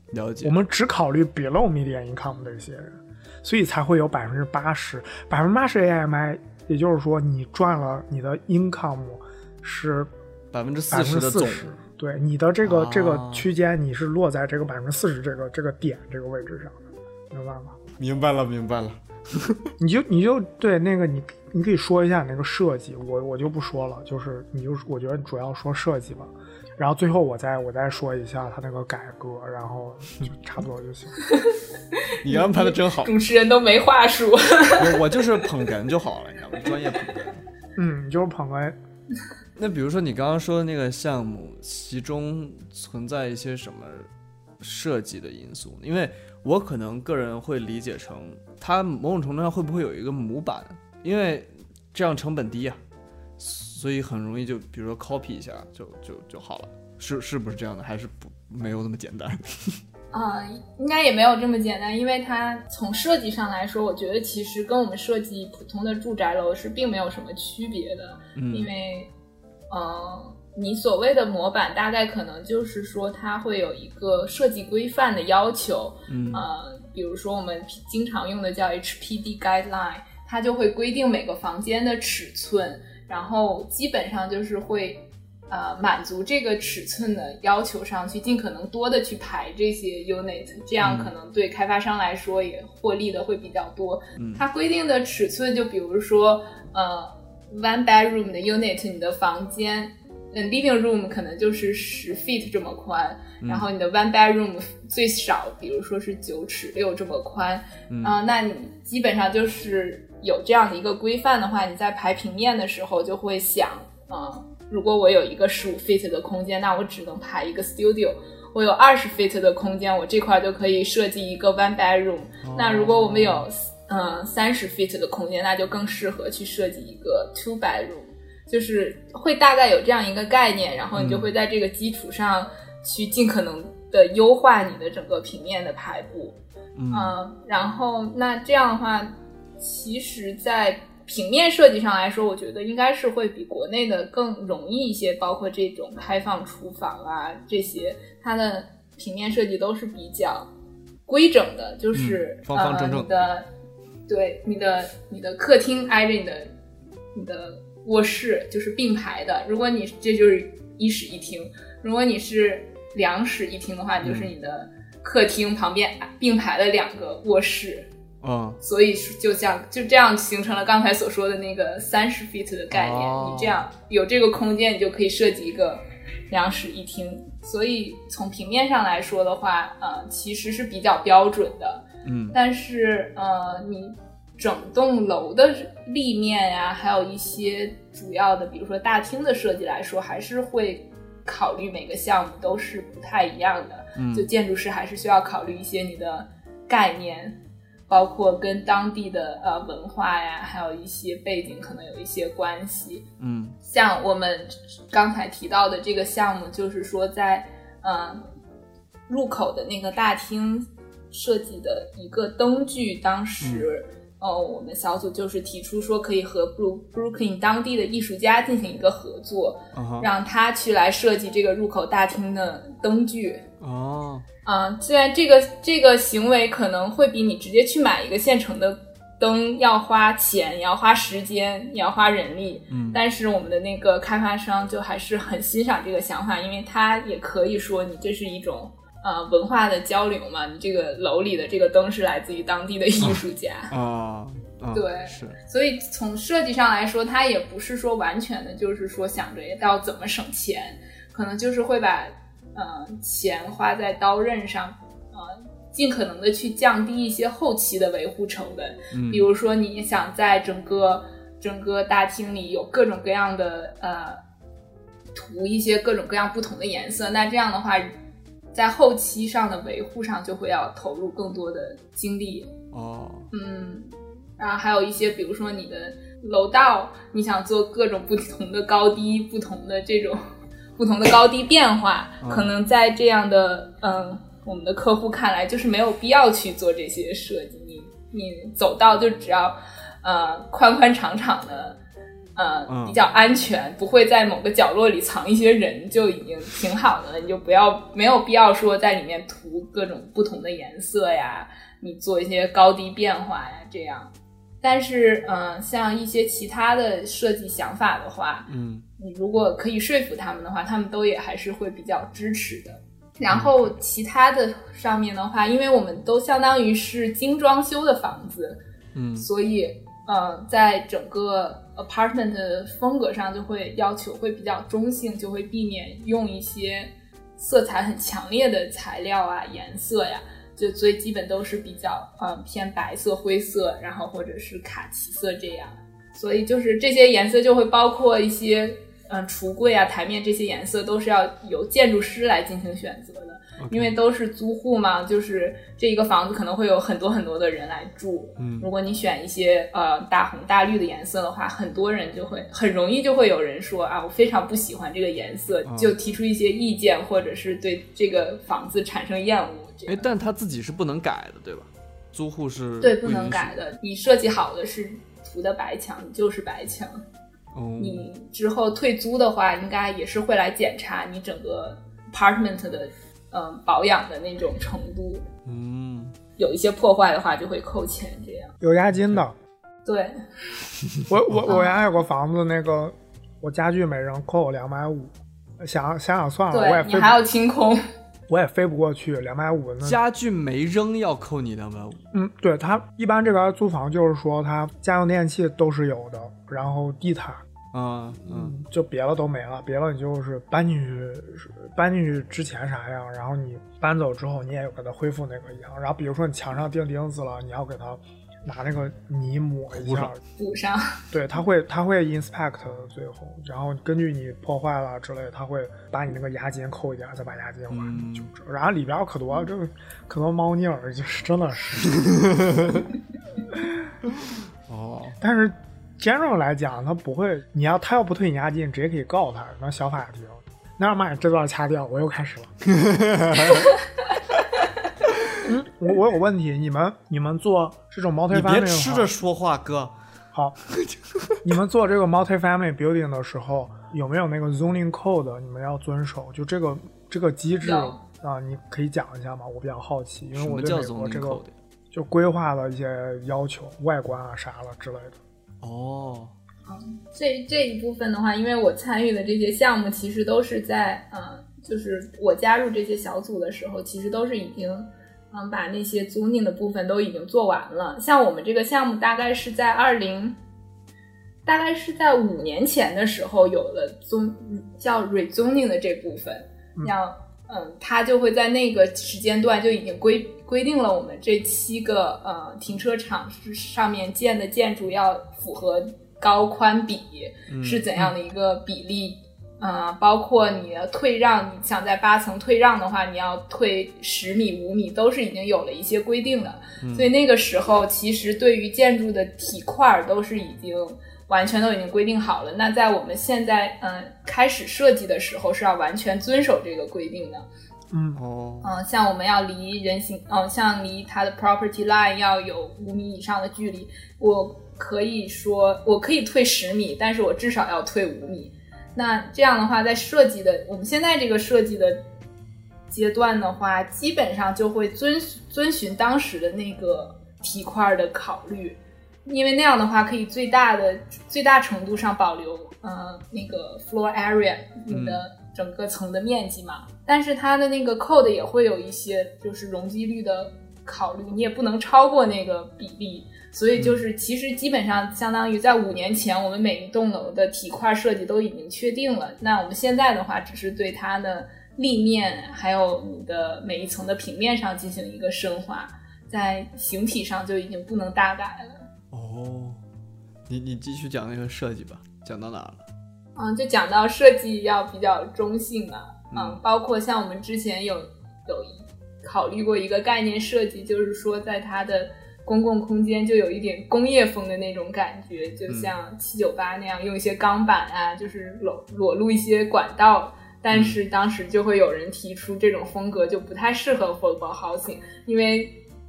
了解。 我们只考虑 below median income 的一些人，所以才会有百分之八十，百分之八十 A M I， 也就是说你赚了你的 income 是百分之四十的总， 对你的这个、 啊、 这个区间，你是落在这个百分之四十这个这个点这个位置上的，明白吗？ 明白了，明白了。 你就你就对那个你你可以说一下那个设计，我我就不说了，就是你就我觉得主要说设计吧，然后最后我再我再说一下他那个改革，然后就差不多就行。 你安排的真好， 主持人都没话说。 我我就是捧哏就好了，你知道吗？专业捧哏。 嗯，你就是捧哏。 那比如说你刚刚说的那个项目，其中存在一些什么设计的因素？因为我可能个人会理解成，它某种程度上会不会有一个模板？因为这样成本低呀、啊，所以很容易就比如说 copy 一下就就就好了，是是不是这样的？还是不没有那么简单？ 啊、呃，应该也没有这么简单，因为它从设计上来说，我觉得其实跟我们设计普通的住宅楼是并没有什么区别的， 嗯、 因为，呃，你所谓的模板大概可能就是说它会有一个设计规范的要求， 嗯， 呃，比如说我们经常用的叫 H P D guideline， 它就会规定每个房间的尺寸，然后基本上就是会。呃，满足这个尺寸的要求上去，尽可能多的去排这些 unit， 这样可能对开发商来说也获利的会比较多。嗯，它规定的尺寸就比如说，呃 ，one bedroom 的 unit， 你的房间，嗯 ，living room 可能就是十 feet 这么宽，嗯、然后你的 one bedroom 最少，比如说是九尺六这么宽，嗯、呃，那你基本上就是有这样的一个规范的话，你在排平面的时候就会想，嗯、呃。如果我有一个十五 feet 的空间，那我只能排一个 studio。我有二十 feet 的空间，我这块就可以设计一个 one bedroom。哦、那如果我们有嗯三十 feet 的空间，那就更适合去设计一个 two bedroom。就是会大概有这样一个概念，然后你就会在这个基础上去尽可能的优化你的整个平面的排布。嗯，呃、然后那这样的话，其实在平面设计上来说，我觉得应该是会比国内的更容易一些，包括这种开放厨房啊这些，它的平面设计都是比较规整的，就是、 嗯、方方正正、 呃、你的对你的你的客厅挨着你的你的卧室就是并排的，如果你这就是一室一厅，如果你是两室一厅的话，就是你的客厅旁边并排了两个卧室。 嗯， 所以就像就这样形成了刚才所说的那个三十 feet 的概念、哦、你这样有这个空间，你就可以设计一个两室一厅。所以从平面上来说的话，呃，其实是比较标准的。 嗯， 但是呃，你整栋楼的立面呀、啊，还有一些主要的，比如说大厅的设计来说，还是会考虑每个项目都是不太一样的。 嗯， 就建筑师还是需要考虑一些你的概念。包括跟当地的呃文化呀，还有一些背景可能有一些关系。 嗯， 像我们刚才提到的这个项目，就是说在嗯、呃、入口的那个大厅设计的一个灯具，当时、嗯、呃我们小组就是提出说可以和 Brooklyn 当地的艺术家进行一个合作， uh-huh. 让他去来设计这个入口大厅的灯具。 哦。 啊、呃，虽然这个这个行为可能会比你直接去买一个现成的灯要花钱，也要花时间，也要花人力， 嗯， 但是我们的那个开发商就还是很欣赏这个想法，因为他也可以说你这是一种呃文化的交流嘛，你这个楼里的这个灯是来自于当地的艺术家啊，啊对， 是， 所以从设计上来说，他也不是说完全的就是说想着要怎么省钱，可能就是会把呃，钱花在刀刃上，呃，尽可能的去降低一些后期的维护成本。 嗯， 比如说你想在整个整个大厅里有各种各样的呃涂一些各种各样不同的颜色，那这样的话，在后期上的维护上就会要投入更多的精力。 哦， 嗯，然后还有一些，比如说你的楼道，你想做各种不同的高低，不同的这种。不同的高低变化，可能在这样的嗯，我们的客户看来就是没有必要去做这些设计。你你走道就只要呃宽宽敞敞的呃、 嗯、 比较安全，不会在某个角落里藏一些人，就已经挺好的了。你就不要没有必要说在里面涂各种不同的颜色呀，你做一些高低变化呀这样。但是嗯、呃，像一些其他的设计想法的话， 嗯， 你如果可以说服他们的话，他们都也还是会比较支持的。然后其他的上面的话，因为我们都相当于是精装修的房子， 嗯， 所以呃，在整个 apartment 的风格上就会要求会比较中性，就会避免用一些色彩很强烈的材料啊、颜色呀，就所以基本都是比较呃偏白色、灰色，然后或者是卡其色这样。所以就是这些颜色就会包括一些嗯，橱柜啊、台面这些颜色都是要由建筑师来进行选择的， okay. 因为都是租户嘛，就是这一个房子可能会有很多很多的人来住。 嗯， 如果你选一些呃大红大绿的颜色的话，很多人就会很容易就会有人说啊，我非常不喜欢这个颜色， 哦、 就提出一些意见，或者是对这个房子产生厌恶。 哎，但他自己是不能改的，对吧？租户是对不能改的，你设计好的是涂的白墙，你就是白墙。你之后退租的话，应该也是会来检查你整个 apartment 的嗯、呃、保养的那种程度。 嗯， 有一些破坏的话就会扣钱，这样有押金的。 对， 我我我原来有个房子，那个我家具每人扣我两百五，想想想算了，我也对你还要清空， 我也飞不过去，两百五。 家具没扔要扣你两百五。 嗯，对，他一般这边租房就是说，他家用电器都是有的，然后地毯。 嗯嗯， 就别的都没了，别的你就是搬进去，搬进去之前啥样，然后你搬走之后你也有给它恢复那个一样。然后比如说你墙上钉钉子了，你要给它拿那个泥抹一下， 补上。对， 他会他会 inspect 最后，然后根据你破坏了之类，他会把你那个押金扣一点，再把押金还你就这。然后里边可多这个可多猫腻儿，就是真的是。 哦， 但是。general 来讲，他不会，你要他要不退你押金，直接可以告他，那小法庭。那让妈这段掐掉，我又开始了。嗯，我我有问题，你们你们做这种 multi-family， 你别吃着说话，哥。 好，你们做这个 multi-family building 的时候，有没有那个 zoning code 你们要遵守？就这个这个机制啊，你可以讲一下吗？我比较好奇，因为我对美国这个就规划的一些要求，外观啊啥了之类的。 哦， 嗯，这这一部分的话，因为我参与的这些项目其实都是在嗯，就是我加入这些小组的时候，其实都是已经嗯把那些租赁的部分都已经做完了。像我们这个项目大概是在二零，大概是在五年前的时候有了租叫 rezoning 的这部分，要嗯，它就会在那个时间段就已经规规定了我们这七个呃停车场上面建的建筑要符合高宽比、嗯、是怎样的一个比例啊、呃？包括你的退让，你想在八层退让的话，你要退十米、五米，都是已经有了一些规定的。嗯、所以那个时候，其实对于建筑的体块都是已经完全都已经规定好了。那在我们现在嗯、呃、开始设计的时候，是要完全遵守这个规定的。 嗯哦， 嗯，像我们要离人行，嗯，像离它的 property line 要有五米以上的距离。我可以说，我可以退十米，但是我至少要退五米。那这样的话，在设计的我们现在这个设计的阶段的话，基本上就会遵遵循当时的那个体块的考虑，因为那样的话可以最大的最大程度上保留，呃，那个 floor area 你的整个层的面积嘛。嗯、但是它的那个 code 也会有一些就是容积率的考虑，你也不能超过那个比例。所以就是其实基本上相当于在五年前我们每一栋楼的体块设计都已经确定了，那我们现在的话只是对它的立面还有你的每一层的平面上进行一个深化，在形体上就已经不能大改了。 哦，你你继续讲那个设计吧，讲到哪了？ 嗯，就讲到设计要比较中性嘛，嗯，嗯包括像我们之前有有考虑过一个概念设计，就是说在它的公共空间就有一点工业风的那种感觉，就像七九八那样用一些钢板啊，就是裸裸露一些管道，但是当时就会有人提出这种风格就不太适合 affordable housing， 因为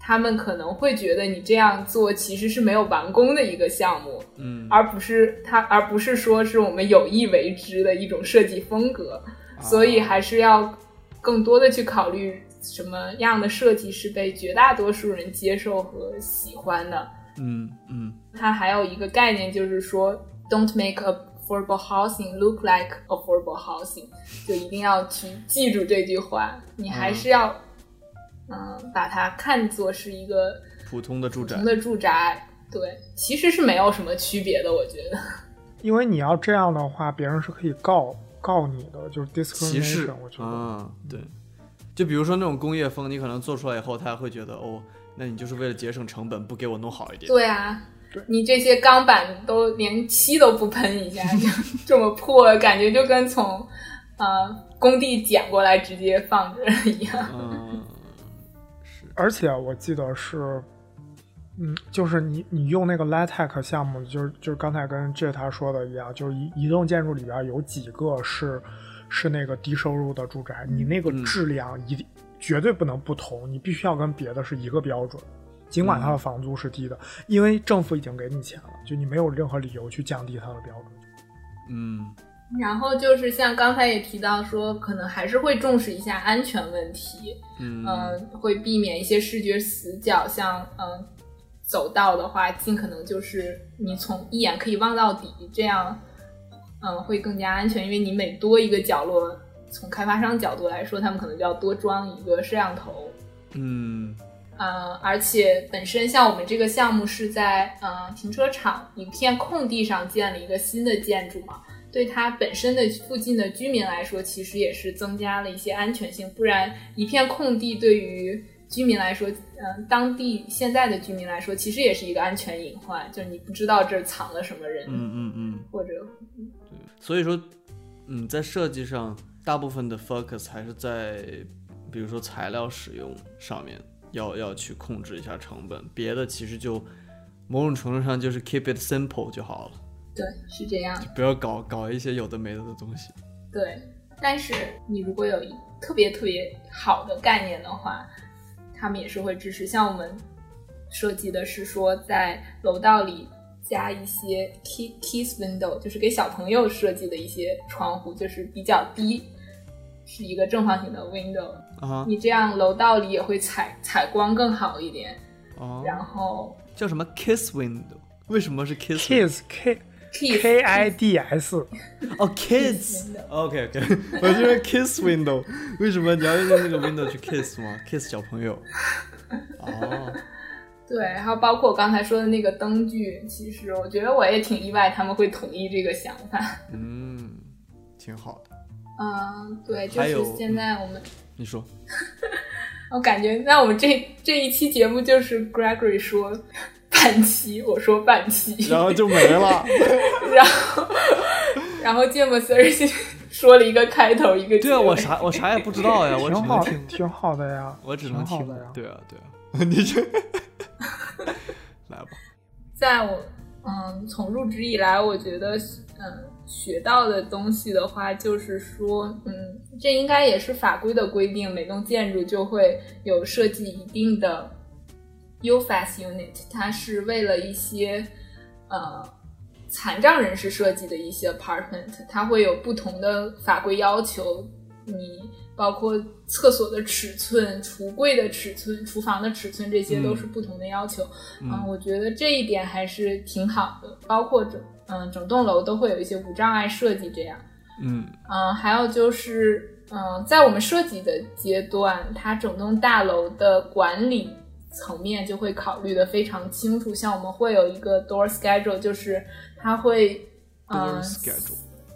他们可能会觉得你这样做其实是没有完工的一个项目， 嗯， 而不是他，而不是说是我们有意为之的一种设计风格，啊、所以还是要更多的去考虑什么样的设计是被绝大多数人接受和喜欢的。 嗯嗯， 它还有一个概念就是说 ，Don't make affordable housing look like affordable housing， 就一定要去记住这句话，你还是要。嗯嗯，把它看作是一个普通的住宅， 普通的住宅，对，其实是没有什么区别的，我觉得。 因为你要这样的话，别人是可以告告你的，就是 discrimination， 我觉得。 啊，对。就比如说那种工业风，你可能做出来以后，他会觉得哦，那你就是为了节省成本，不给我弄好一点。 对啊，你这些钢板都连漆都不喷一下，就这么破，感觉就跟从呃工地捡过来直接放着一样。 嗯。 而且我记得是，嗯，就是你你用那个 LaTeX 项目，就是就是刚才跟 J 他说的一样，就是移移动建筑里边有几个是是那个低收入的住宅，你那个质量一定、嗯、绝对不能不同，你必须要跟别的是一个标准，尽管它的房租是低的、嗯，因为政府已经给你钱了，就你没有任何理由去降低它的标准。 嗯。 然后就是像刚才也提到说，可能还是会重视一下安全问题， 嗯、 呃，会避免一些视觉死角，像嗯、呃、走道的话，尽可能就是你从一眼可以望到底，这样嗯、呃、会更加安全，因为你每多一个角落，从开发商角度来说，他们可能就要多装一个摄像头， 嗯。 呃，而且本身像我们这个项目是在呃停车场一片空地上建了一个新的建筑嘛。对它本身的附近的居民来说，其实也是增加了一些安全性，不然一片空地对于居民来说，嗯、呃，当地现在的居民来说，其实也是一个安全隐患，就是你不知道这儿藏了什么人， 嗯嗯嗯， 或者， 对，所以说，嗯，在设计上，大部分的 focus 还是在，比如说材料使用上面，要要去控制一下成本，别的其实就某种程度上就是 keep it simple 就好了。 对，是这样， 不要搞搞一些有的没的的东西。 对，但是你如果有一特别特别好的概念的话，他们也是会支持。像我们设计的是说，在楼道里加一些 key, kiss window， 就是给小朋友设计的一些窗户，就是比较低，是一个正方形的 window、uh-huh. 你这样楼道里也会采采光更好一点。 uh-huh. 然后叫什么 kiss window？ 为什么是 kiss kiss k K I D S 哦 kids OK OK 我觉得 kiss window 为什么你要用那个 window 去 kiss 吗 kiss 小朋友哦， 对，还有包括我刚才说的那个灯具，其实我觉得我也挺意外他们会同意这个想法。 嗯，挺好的。 嗯，对，就是现在我们、嗯、 你说我感觉那我们这这一期节目就是 Gregory 说半期，我说半期， 然后就没了。 然后，然后芥末丝儿说了一个开头，一个结尾。 对啊，我啥我啥也不知道呀，我只能听， 挺好的呀， 我只能听的呀。 对啊，对啊，你就来吧。 在我嗯从入职以来，我觉得嗯学到的东西的话，就是说嗯这应该也是法规的规定，每栋建筑就会有设计一定的。U F A S unit 它是为了一些呃残障人士设计的一些 apartment， 它会有不同的法规要求，你包括厕所的尺寸、橱柜的尺寸、厨房的尺寸，这些都是不同的要求。嗯，嗯我觉得这一点还是挺好的，包括整嗯、呃、整栋楼都会有一些无障碍设计这样。 嗯嗯、呃，还有就是嗯、呃、在我们设计的阶段，它整栋大楼的管理层面就会考虑的非常清楚，像我们会有一个 door schedule， 就是它会 door schedule，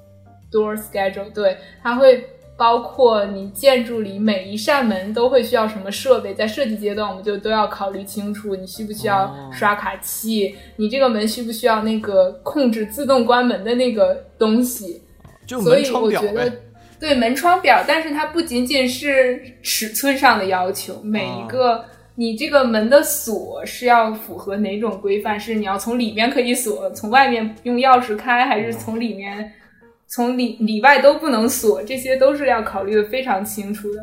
door schedule 对，它会包括你建筑里每一扇门都会需要什么设备，在设计阶段我们就都要考虑清楚，你需不需要刷卡器、哦、你这个门需不需要那个控制自动关门的那个东西， 就门窗表呗。 所以我觉得对门窗表，但是它不仅仅是尺寸上的要求，每一个、哦你这个门的锁是要符合哪种规范，是你要从里面可以锁，从外面用钥匙开，还是从里面从里里外都不能锁，这些都是要考虑的非常清楚的。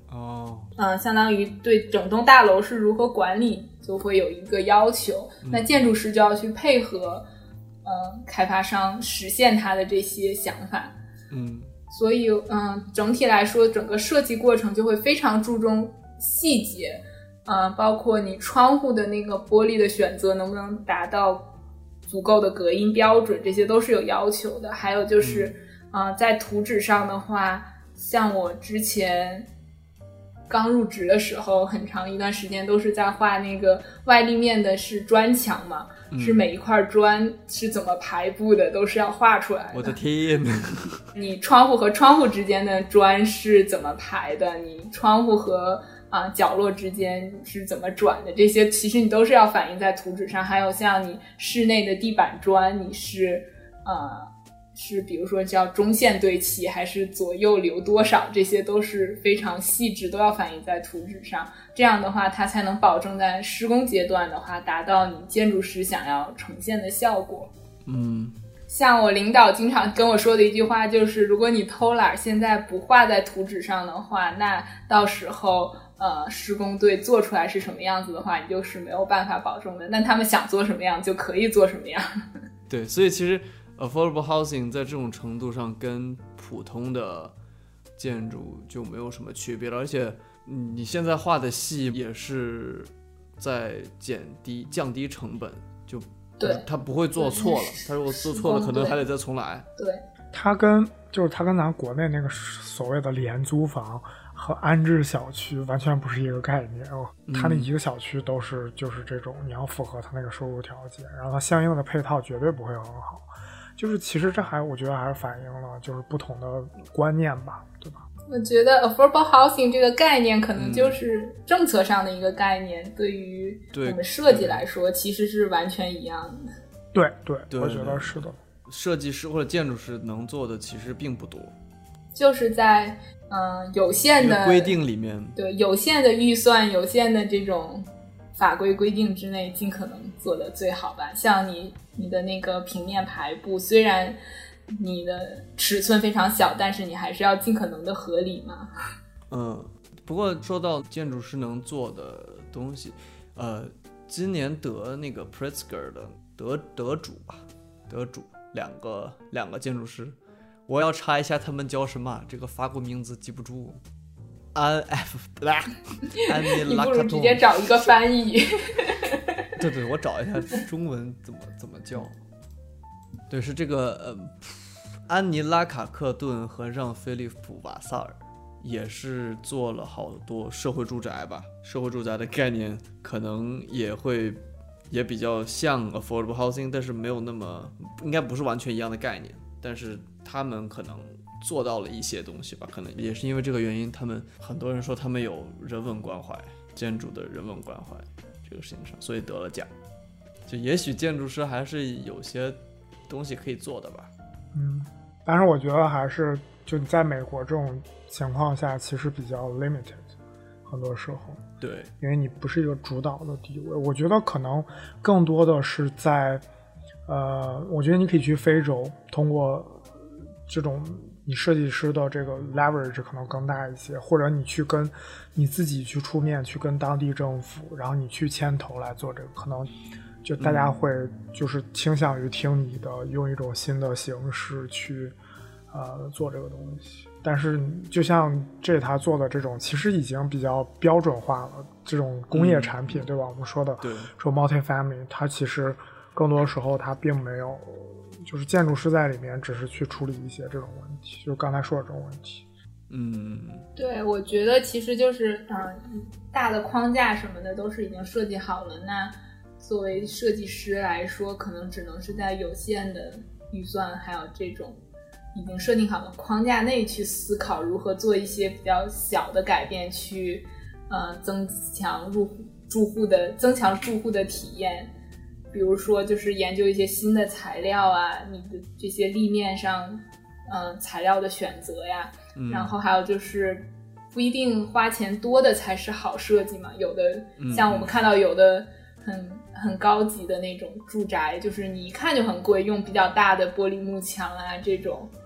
哦， 嗯，相当于对整栋大楼是如何管理就会有一个要求， 嗯、 那建筑师就要去配合嗯开发商实现他的这些想法。 嗯， 所以嗯整体来说整个设计过程就会非常注重细节，嗯，包括你窗户的那个玻璃的选择能不能达到足够的隔音标准，这些都是有要求的。还有就是嗯、呃、在图纸上的话，像我之前刚入职的时候很长一段时间都是在画那个外立面的是砖墙嘛、嗯、是每一块砖是怎么排布的都是要画出来的。 我的天你窗户和窗户之间的砖是怎么排的，你窗户和啊角落之间是怎么转的，这些其实你都是要反映在图纸上。还有像你室内的地板砖，你是呃是比如说叫中线对齐还是左右留多少，这些都是非常细致，都要反映在图纸上。这样的话它才能保证在施工阶段的话达到你建筑师想要呈现的效果。 嗯， 像我领导经常跟我说的一句话就是如果你偷懒现在不画在图纸上的话，那到时候呃施工队做出来是什么样子的话你就是没有办法保证的，那他们想做什么样就可以做什么样。 对，所以其实affordable housing 在这种程度上跟普通的建筑就没有什么区别了，而且你现在画的细也是在减低降低成本，就对他不会做错了，他如果做错了可能还得再重来。 对， 他跟就是他跟咱国内那个所谓的廉租房和安置小区完全不是一个概念哦。他那一个小区都是就是这种你要符合他那个收入条件，然后他相应的配套绝对不会很好。就是其实这还我觉得还是反映了就是不同的观念吧，对吧？ 我觉得 affordable housing 这个概念可能就是政策上的一个概念、嗯、对于我们设计来说其实是完全一样的。 对 对, 对， 我觉得是的。 设计师或者建筑师能做的其实并不多， 就是在嗯、呃、有限的规定里面， 对有限的预算有限的这种法规规定之内尽可能做的最好吧。像你你的那个平面排布虽然你的尺寸非常小，但是你还是要尽可能的合理嘛。 嗯，不过说到建筑师能做的东西，呃，今年得那个 Pritzker 的得得主吧，得主两个两个建筑师，我要查一下他们叫什么，这个法国名字记不住。安 F 啦，安妮拉卡你不如直接找一个翻译。 对对，我找一下中文怎么怎么叫。对，是这个呃，安妮拉卡克顿和让菲利普瓦萨尔，也是做了好多社会住宅吧。社会住宅的概念可能也会也比较像 affordable housing， 但是没有那么应该不是完全一样的概念，但是他们可能做到了一些东西吧，可能也是因为这个原因，他们很多人说他们有人文关怀，建筑的人文关怀这个事情上，所以得了奖。就也许建筑师还是有些东西可以做的吧。 嗯，但是我觉得还是就在美国这种情况下其实比较 limited， 很多时候对， 因为你不是一个主导的地位。我觉得可能更多的是在呃，我觉得你可以去非洲，通过这种你设计师的这个 leverage 可能更大一些，或者你去跟你自己去出面去跟当地政府，然后你去牵头来做这个，可能就大家会就是倾向于听你的，用一种新的形式去呃做这个东西。但是就像这他做的这种其实已经比较标准化了，这种工业产品、嗯、对吧，我们说的对说 multi-family 它其实更多时候它并没有就是建筑师在里面只是去处理一些这种问题，就是刚才说的这种问题。 嗯， 对，我觉得其实就是嗯、呃，大的框架什么的都是已经设计好了，那作为设计师来说可能只能是在有限的预算还有这种已经设定好的框架内去思考如何做一些比较小的改变，去呃增强入户住户的增强住户的体验。比如说就是研究一些新的材料啊，你的这些立面上嗯、呃、材料的选择呀、嗯、然后还有就是不一定花钱多的才是好设计嘛，有的像我们看到有的很很高级的那种住宅，就是你一看就很贵，用比较大的玻璃幕墙啊这种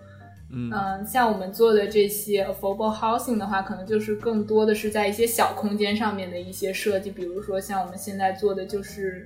嗯、 呃，像我们做的这些 affordable housing 的话，可能就是更多的是在一些小空间上面的一些设计，比如说像我们现在做的就是，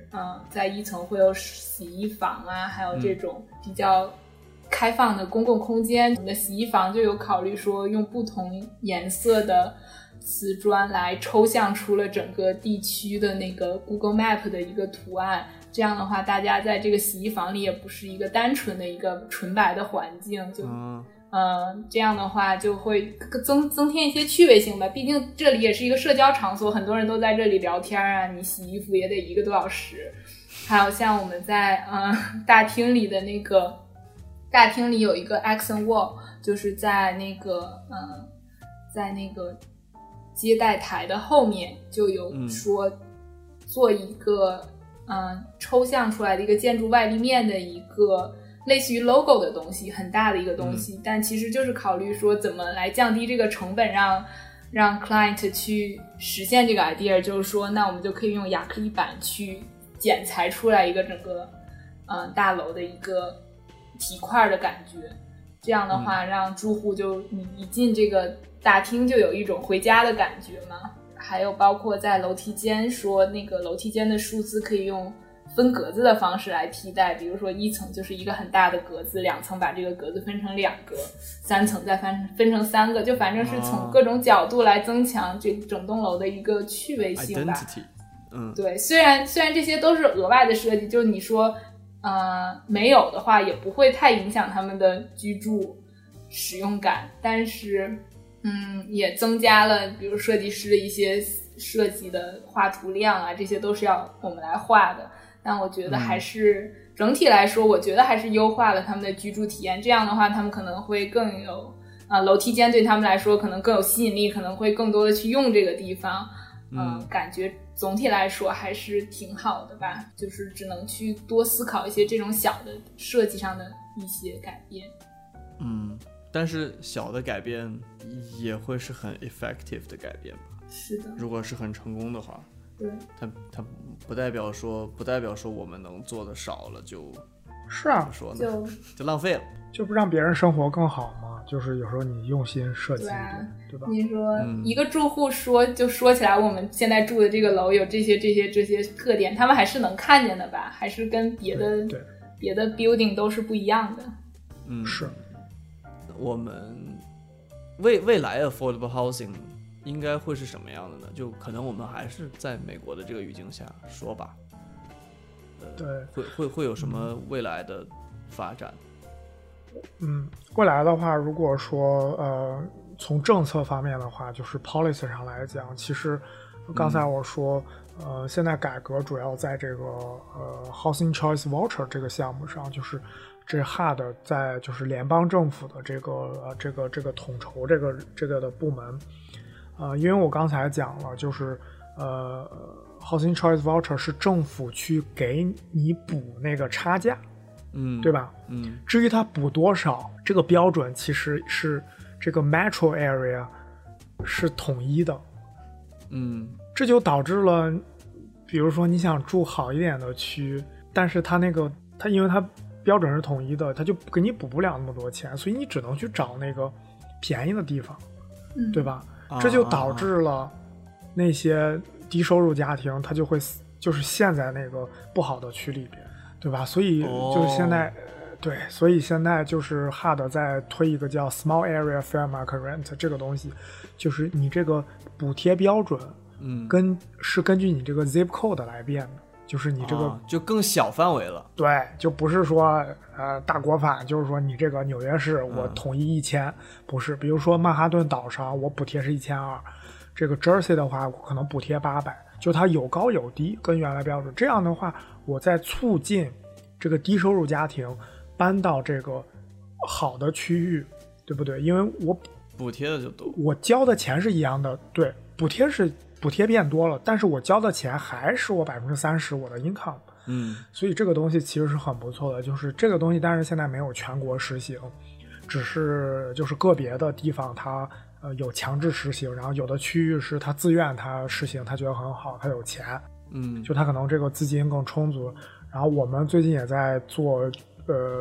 嗯、呃，在一层会有洗衣房啊，还有这种比较开放的公共空间。我们的洗衣房就有考虑说用不同颜色的瓷砖来抽象出了整个地区的那个 Google Map 的一个图案。这样的话，大家在这个洗衣房里也不是一个单纯的一个纯白的环境，就嗯、呃，这样的话就会增增添一些趣味性吧。毕竟这里也是一个社交场所，很多人都在这里聊天啊，你洗衣服也得一个多小时。还有像我们在嗯、呃、大厅里的那个大厅里有一个 accent wall， 就是在那个嗯、呃、在那个接待台的后面就有说做一个嗯抽象出来的一个建筑外立面的一个类似于 logo 的东西，很大的一个东西、嗯、但其实就是考虑说怎么来降低这个成本，让让 client 去实现这个 idea， 就是说那我们就可以用亚克力板去剪裁出来一个整个嗯大楼的一个体块的感觉。这样的话让住户就你一进这个大厅就有一种回家的感觉嘛。还有包括在楼梯间，说那个楼梯间的数字可以用分格子的方式来替代，比如说一层就是一个很大的格子，两层把这个格子分成两个，三层再分分成三个，就反正是从各种角度来增强这整栋楼的一个趣味性吧。 Identity， 嗯， 对，虽然虽然这些都是额外的设计，就是你说呃没有的话也不会太影响他们的居住使用感，但是嗯，也增加了比如设计师的一些设计的画图量啊，这些都是要我们来画的。但我觉得还是、嗯、整体来说，我觉得还是优化了他们的居住体验。这样的话，他们可能会更有啊、呃，楼梯间对他们来说可能更有吸引力，可能会更多的去用这个地方。嗯、呃，感觉总体来说还是挺好的吧。就是只能去多思考一些这种小的设计上的一些改变。 嗯。但是小的改变也会是很 effective 的改变吧？ 是的， 如果是很成功的话， 对， 它它不代表说不代表说我们能做的少了就是啊， 怎么说呢？ 就就浪费了， 就不让别人生活更好吗？就是有时候你用心设计一点， 对,、啊、对吧？ 你说、嗯、一个住户说就说起来，我们现在住的这个楼有这些这些这些特点，他们还是能看见的吧？还是跟别的对对别的 building 都是不一样的。 嗯， 是。 我们未未来 affordable housing 应该会是什么样的呢？就可能我们还是在美国的这个语境下说吧，呃， 对， 会会会有什么未来的发展？ 嗯，未来的话，如果说呃从政策方面的话，就是 policy 上来讲，其实刚才我说，嗯、呃，现在改革主要在这个呃 housing choice voucher 这个项目上，就是这 H U D 在就是联邦政府的这个呃这个这个统筹这个这个的部门，呃，因为我刚才讲了，就是呃 housing choice voucher 是政府去给你补那个差价， 嗯， 对吧？ 嗯， 至于它补多少，这个标准其实是这个 metro area 是统一的， 嗯， 这就导致了，比如说你想住好一点的区，但是它那个它因为它标准是统一的，它就给你补不了那么多钱，所以你只能去找那个便宜的地方， 嗯、 对吧？ 啊、 这就导致了那些低收入家庭，他就会就是陷在那个不好的区里边，对吧？所以就是现在，哦、对，所以现在就是 H U D 在推一个叫 Small Area Fair Market Rent 这个东西，就是你这个补贴标准， 嗯， 跟是根据你这个 zip code 来变的。就是你这个、 啊、就更小范围了， 对，就不是说呃大锅饭，就是说你这个纽约市我统一一千、嗯，不是，比如说曼哈顿岛上我补贴是一千二，这个 Jersey 的话我可能补贴八百，就它有高有低，跟原来标准。这样的话，我在促进这个低收入家庭搬到这个好的区域，对不对？因为我补贴的就多， 我交的钱是一样的，对，补贴是。补贴变多了，但是我交的钱还是我百分之三十我的 income， 嗯， 所以这个东西其实是很不错的。就是这个东西，但是现在没有全国实行，只是就是个别的地方它呃有强制实行，然后有的区域是它自愿它实行，它觉得很好，它有钱， 嗯， 就它可能这个资金更充足。然后我们最近也在做呃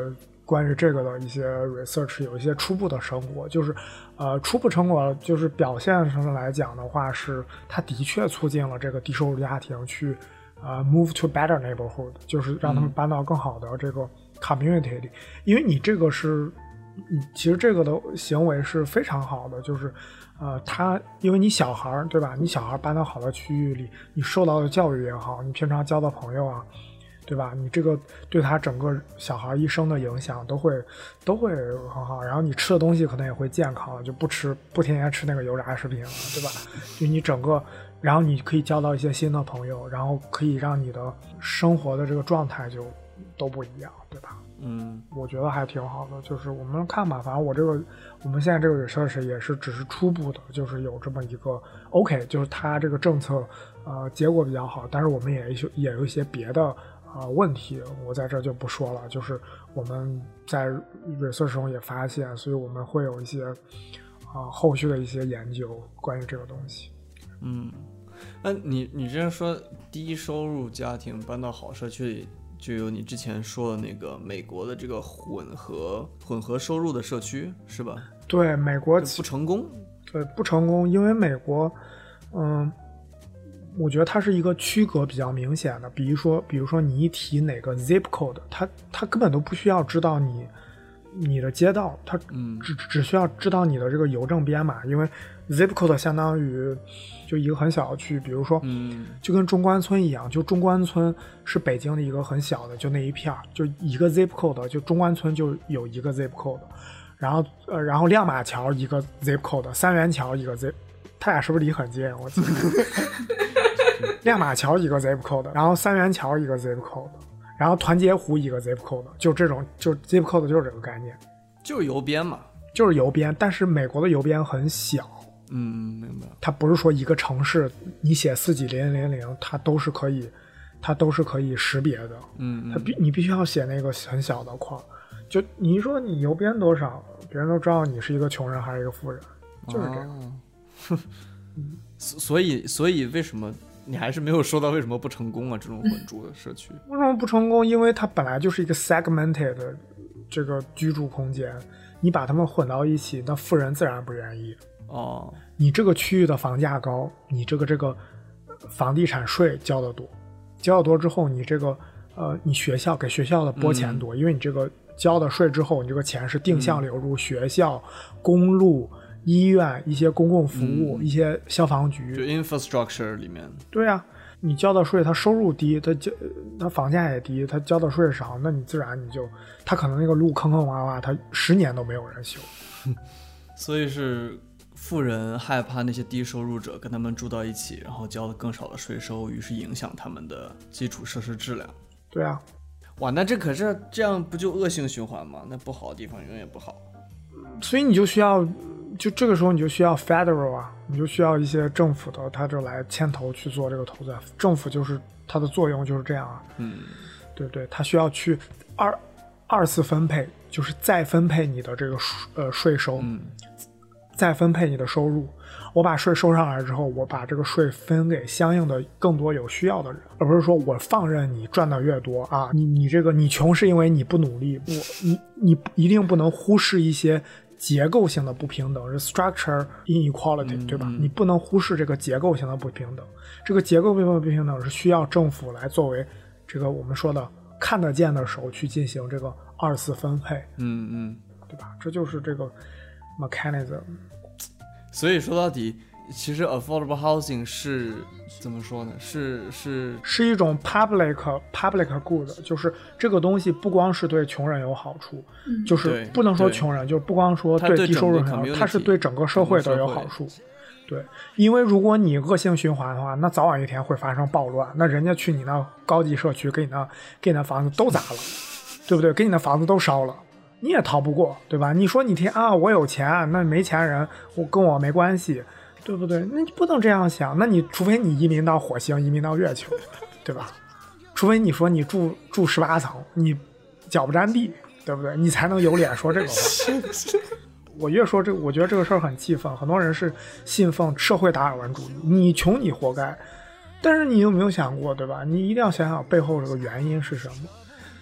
关于这个的一些 research 有一些初步的成果，就是呃初步成果就是表现上来讲的话，是它的确促进了这个低收入家庭去呃 move to better neighborhood， 就是让他们搬到更好的这个 community 里，嗯、因为你这个是，其实这个的行为是非常好的，就是呃他因为你小孩对吧，你小孩搬到好的区域里，你受到的教育也好，你平常交的朋友啊。对吧？你这个对他整个小孩一生的影响都会都会很好，然后你吃的东西可能也会健康，就不吃不天天吃那个油炸食品了，对吧？就你整个，然后你可以交到一些新的朋友，然后可以让你的生活的这个状态就都不一样，对吧？ 嗯， 我觉得还挺好的，就是我们看吧，反正我这个我们现在这个 research 也是只是初步的，就是有这么一个 OK， 就是它这个政策呃结果比较好，但是我们也有也有一些别的。啊、呃，问题我在这就不说了，就是我们在 research 中也发现，所以我们会有一些啊、呃、后续的一些研究关于这个东西。 嗯，那你你之前说低收入家庭搬到好社区里，就有你之前说的那个美国的这个混合混合收入的社区是吧？ 对，美国不成功。 对，不成功，因为美国，嗯。我觉得它是一个区隔比较明显的，比如说，比如说你一提哪个 zip code， 它它根本都不需要知道你你的街道，它只只需要知道你的这个邮政编码，因为 zip code 相当于就一个很小的区，比如说， 嗯， 就跟中关村一样，就中关村是北京的一个很小的，就那一片，就一个 zip code， 就中关村就有一个 zip code， 然后呃，然后亮马桥一个 zip code， 三元桥一个 zip， 他俩是不是离很近？我记得。亮马桥一个 zip code， 然后三元桥一个 zip code， 然后团结湖一个 zip code， 就这种，就 zip code 就是这个概念， 就是邮编嘛， 就是邮编。但是美国的邮编很小， 嗯，明白。 它不是说一个城市你写四几零零零，它都是可以，它都是可以识别的， 嗯， 它必你必须要写那个很小的框。就你说你邮编多少，别人都知道你是一个穷人还是一个富人，就是这样。 哦、所以，所以为什么？你还是没有说到为什么不成功啊？这种混住的社区为什么不成功？因为它本来就是一个 segmented 的这个居住空间，你把它们混到一起，那富人自然不愿意。 哦， 你这个区域的房价高，你这个这个房地产税交得多，交得多之后，你这个呃，你学校给学校的拨钱多，嗯、因为你这个交的税之后，你这个钱是定向流入、嗯、学校、公路。医院、一些公共服务、嗯、一些消防局， 就 infrastructure 里面。 对啊，你交的税，他收入低，他交他房价也低，他交的税少，那你自然你就，他可能那个路坑坑洼洼，他十年都没有人修。 所以是富人害怕那些低收入者跟他们住到一起，然后交了更少的税收，于是影响他们的基础设施质量。 对啊， 哇，那这可是这样不就恶性循环吗？那不好的地方永远不好。 所以你就需要。就这个时候你就需要 federal 啊，你就需要一些政府的，他就来牵头去做这个投资。政府就是它的作用就是这样啊， 嗯， 对对，他需要去二二次分配，就是再分配你的这个呃税收， 嗯， 再分配你的收入。我把税收上来之后，我把这个税分给相应的更多有需要的人，而不是说我放任你赚的越多啊，你你这个你穷是因为你不努力，我你你一定不能忽视一些。结构性的不平等是 structure inequality，嗯、对吧？你不能忽视这个结构性的不平等。这个结构性的不平等是需要政府来作为这个我们说的看得见的手去进行这个二次分配。 嗯嗯， 对吧？这就是这个 mechanism。 所以说到底，其实 affordable housing 是怎么说呢？是是是一种 public public good， 就是这个东西不光是对穷人有好处，嗯、就是不能说穷人，就不光说对低收入人，它是对整个社会都有好处。对，因为如果你恶性循环的话，那早晚一天会发生暴乱，那人家去你那高级社区，给你那给你那房子都砸了，对不对？给你那房子都烧了。你也逃不过，对吧？你说你天啊，我有钱，那没钱人我跟我没关系，对不对？那你不能这样想，那你除非你移民到火星，移民到月球，对吧？除非你说你住住十八层，你脚不沾地，对不对？你才能有脸说这个话。我越说这个，我觉得这个事儿很气愤。很多人是信奉社会达尔文主义，你穷你活该。但是你有没有想过，对吧？你一定要想想背后这个原因是什么。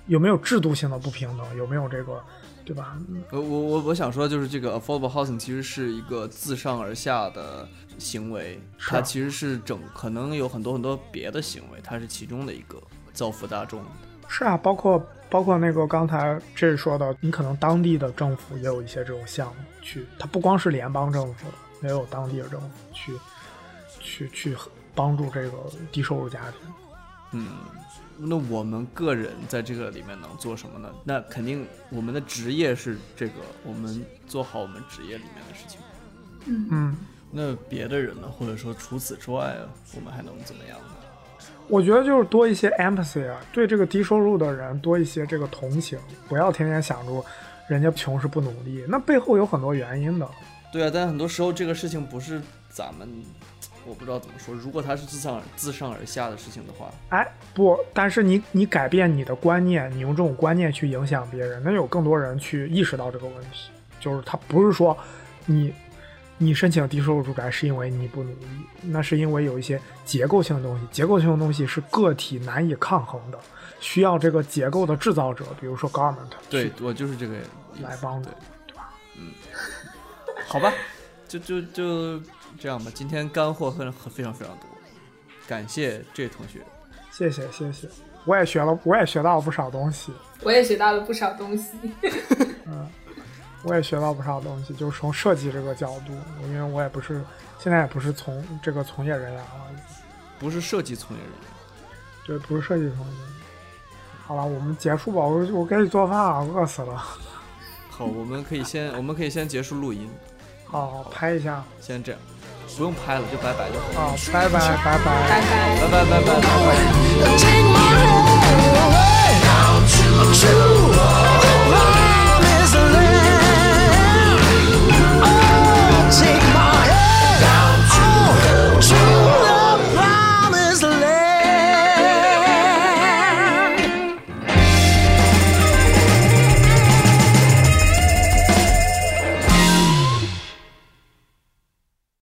有没有制度性的不平等，有没有这个，对吧？ 我我我我想说，就是这个 affordable housing 其实是一个自上而下的行为，它其实是整可能有很多很多别的行为，它是其中的一个造福大众。 是啊，包括包括那个刚才这说的，你可能当地的政府也有一些这种项目去，它不光是联邦政府的，也有当地的政府去去去帮助这个低收入家庭。 嗯，那我们个人在这个里面能做什么呢？那肯定我们的职业是这个，我们做好我们职业里面的事情。 嗯嗯， 那别的人呢？或者说除此之外，我们还能怎么样呢？ 我觉得就是多一些 empathy 啊，对这个低收入的人多一些这个同情，不要天天想着人家穷是不努力，那背后有很多原因的。 对啊，但很多时候这个事情不是咱们，我不知道怎么说。如果它是自上自上而下的事情的话， 哎，不，但是你你改变你的观念，你用这种观念去影响别人，那有更多人去意识到这个问题，就是他不是说你。你申请低收入住宅是因为你不努力，那是因为有一些结构性的东西，结构性的东西是个体难以抗衡的，需要这个结构的制造者，比如说 government。 对，我就是这个来帮助， 对吧？嗯，好吧，就就就这样吧。今天干货很很非常非常多，感谢这位同学。 谢谢谢谢，我也学了，我也学到了不少东西。 我也学到了不少东西。 嗯。我也学到不少东西，就是从设计这个角度，因为我也不是现在也不是从这个从业人员了， 不是设计从业人员， 对，不是设计从业人员。好了，我们结束吧，我我该去做饭了，饿死了。 好，我们可以先我们可以先结束录音。 好，好拍一下。 先这样，不用拍了，就拜拜就好。 好，拜拜拜拜拜拜拜拜拜拜拜拜。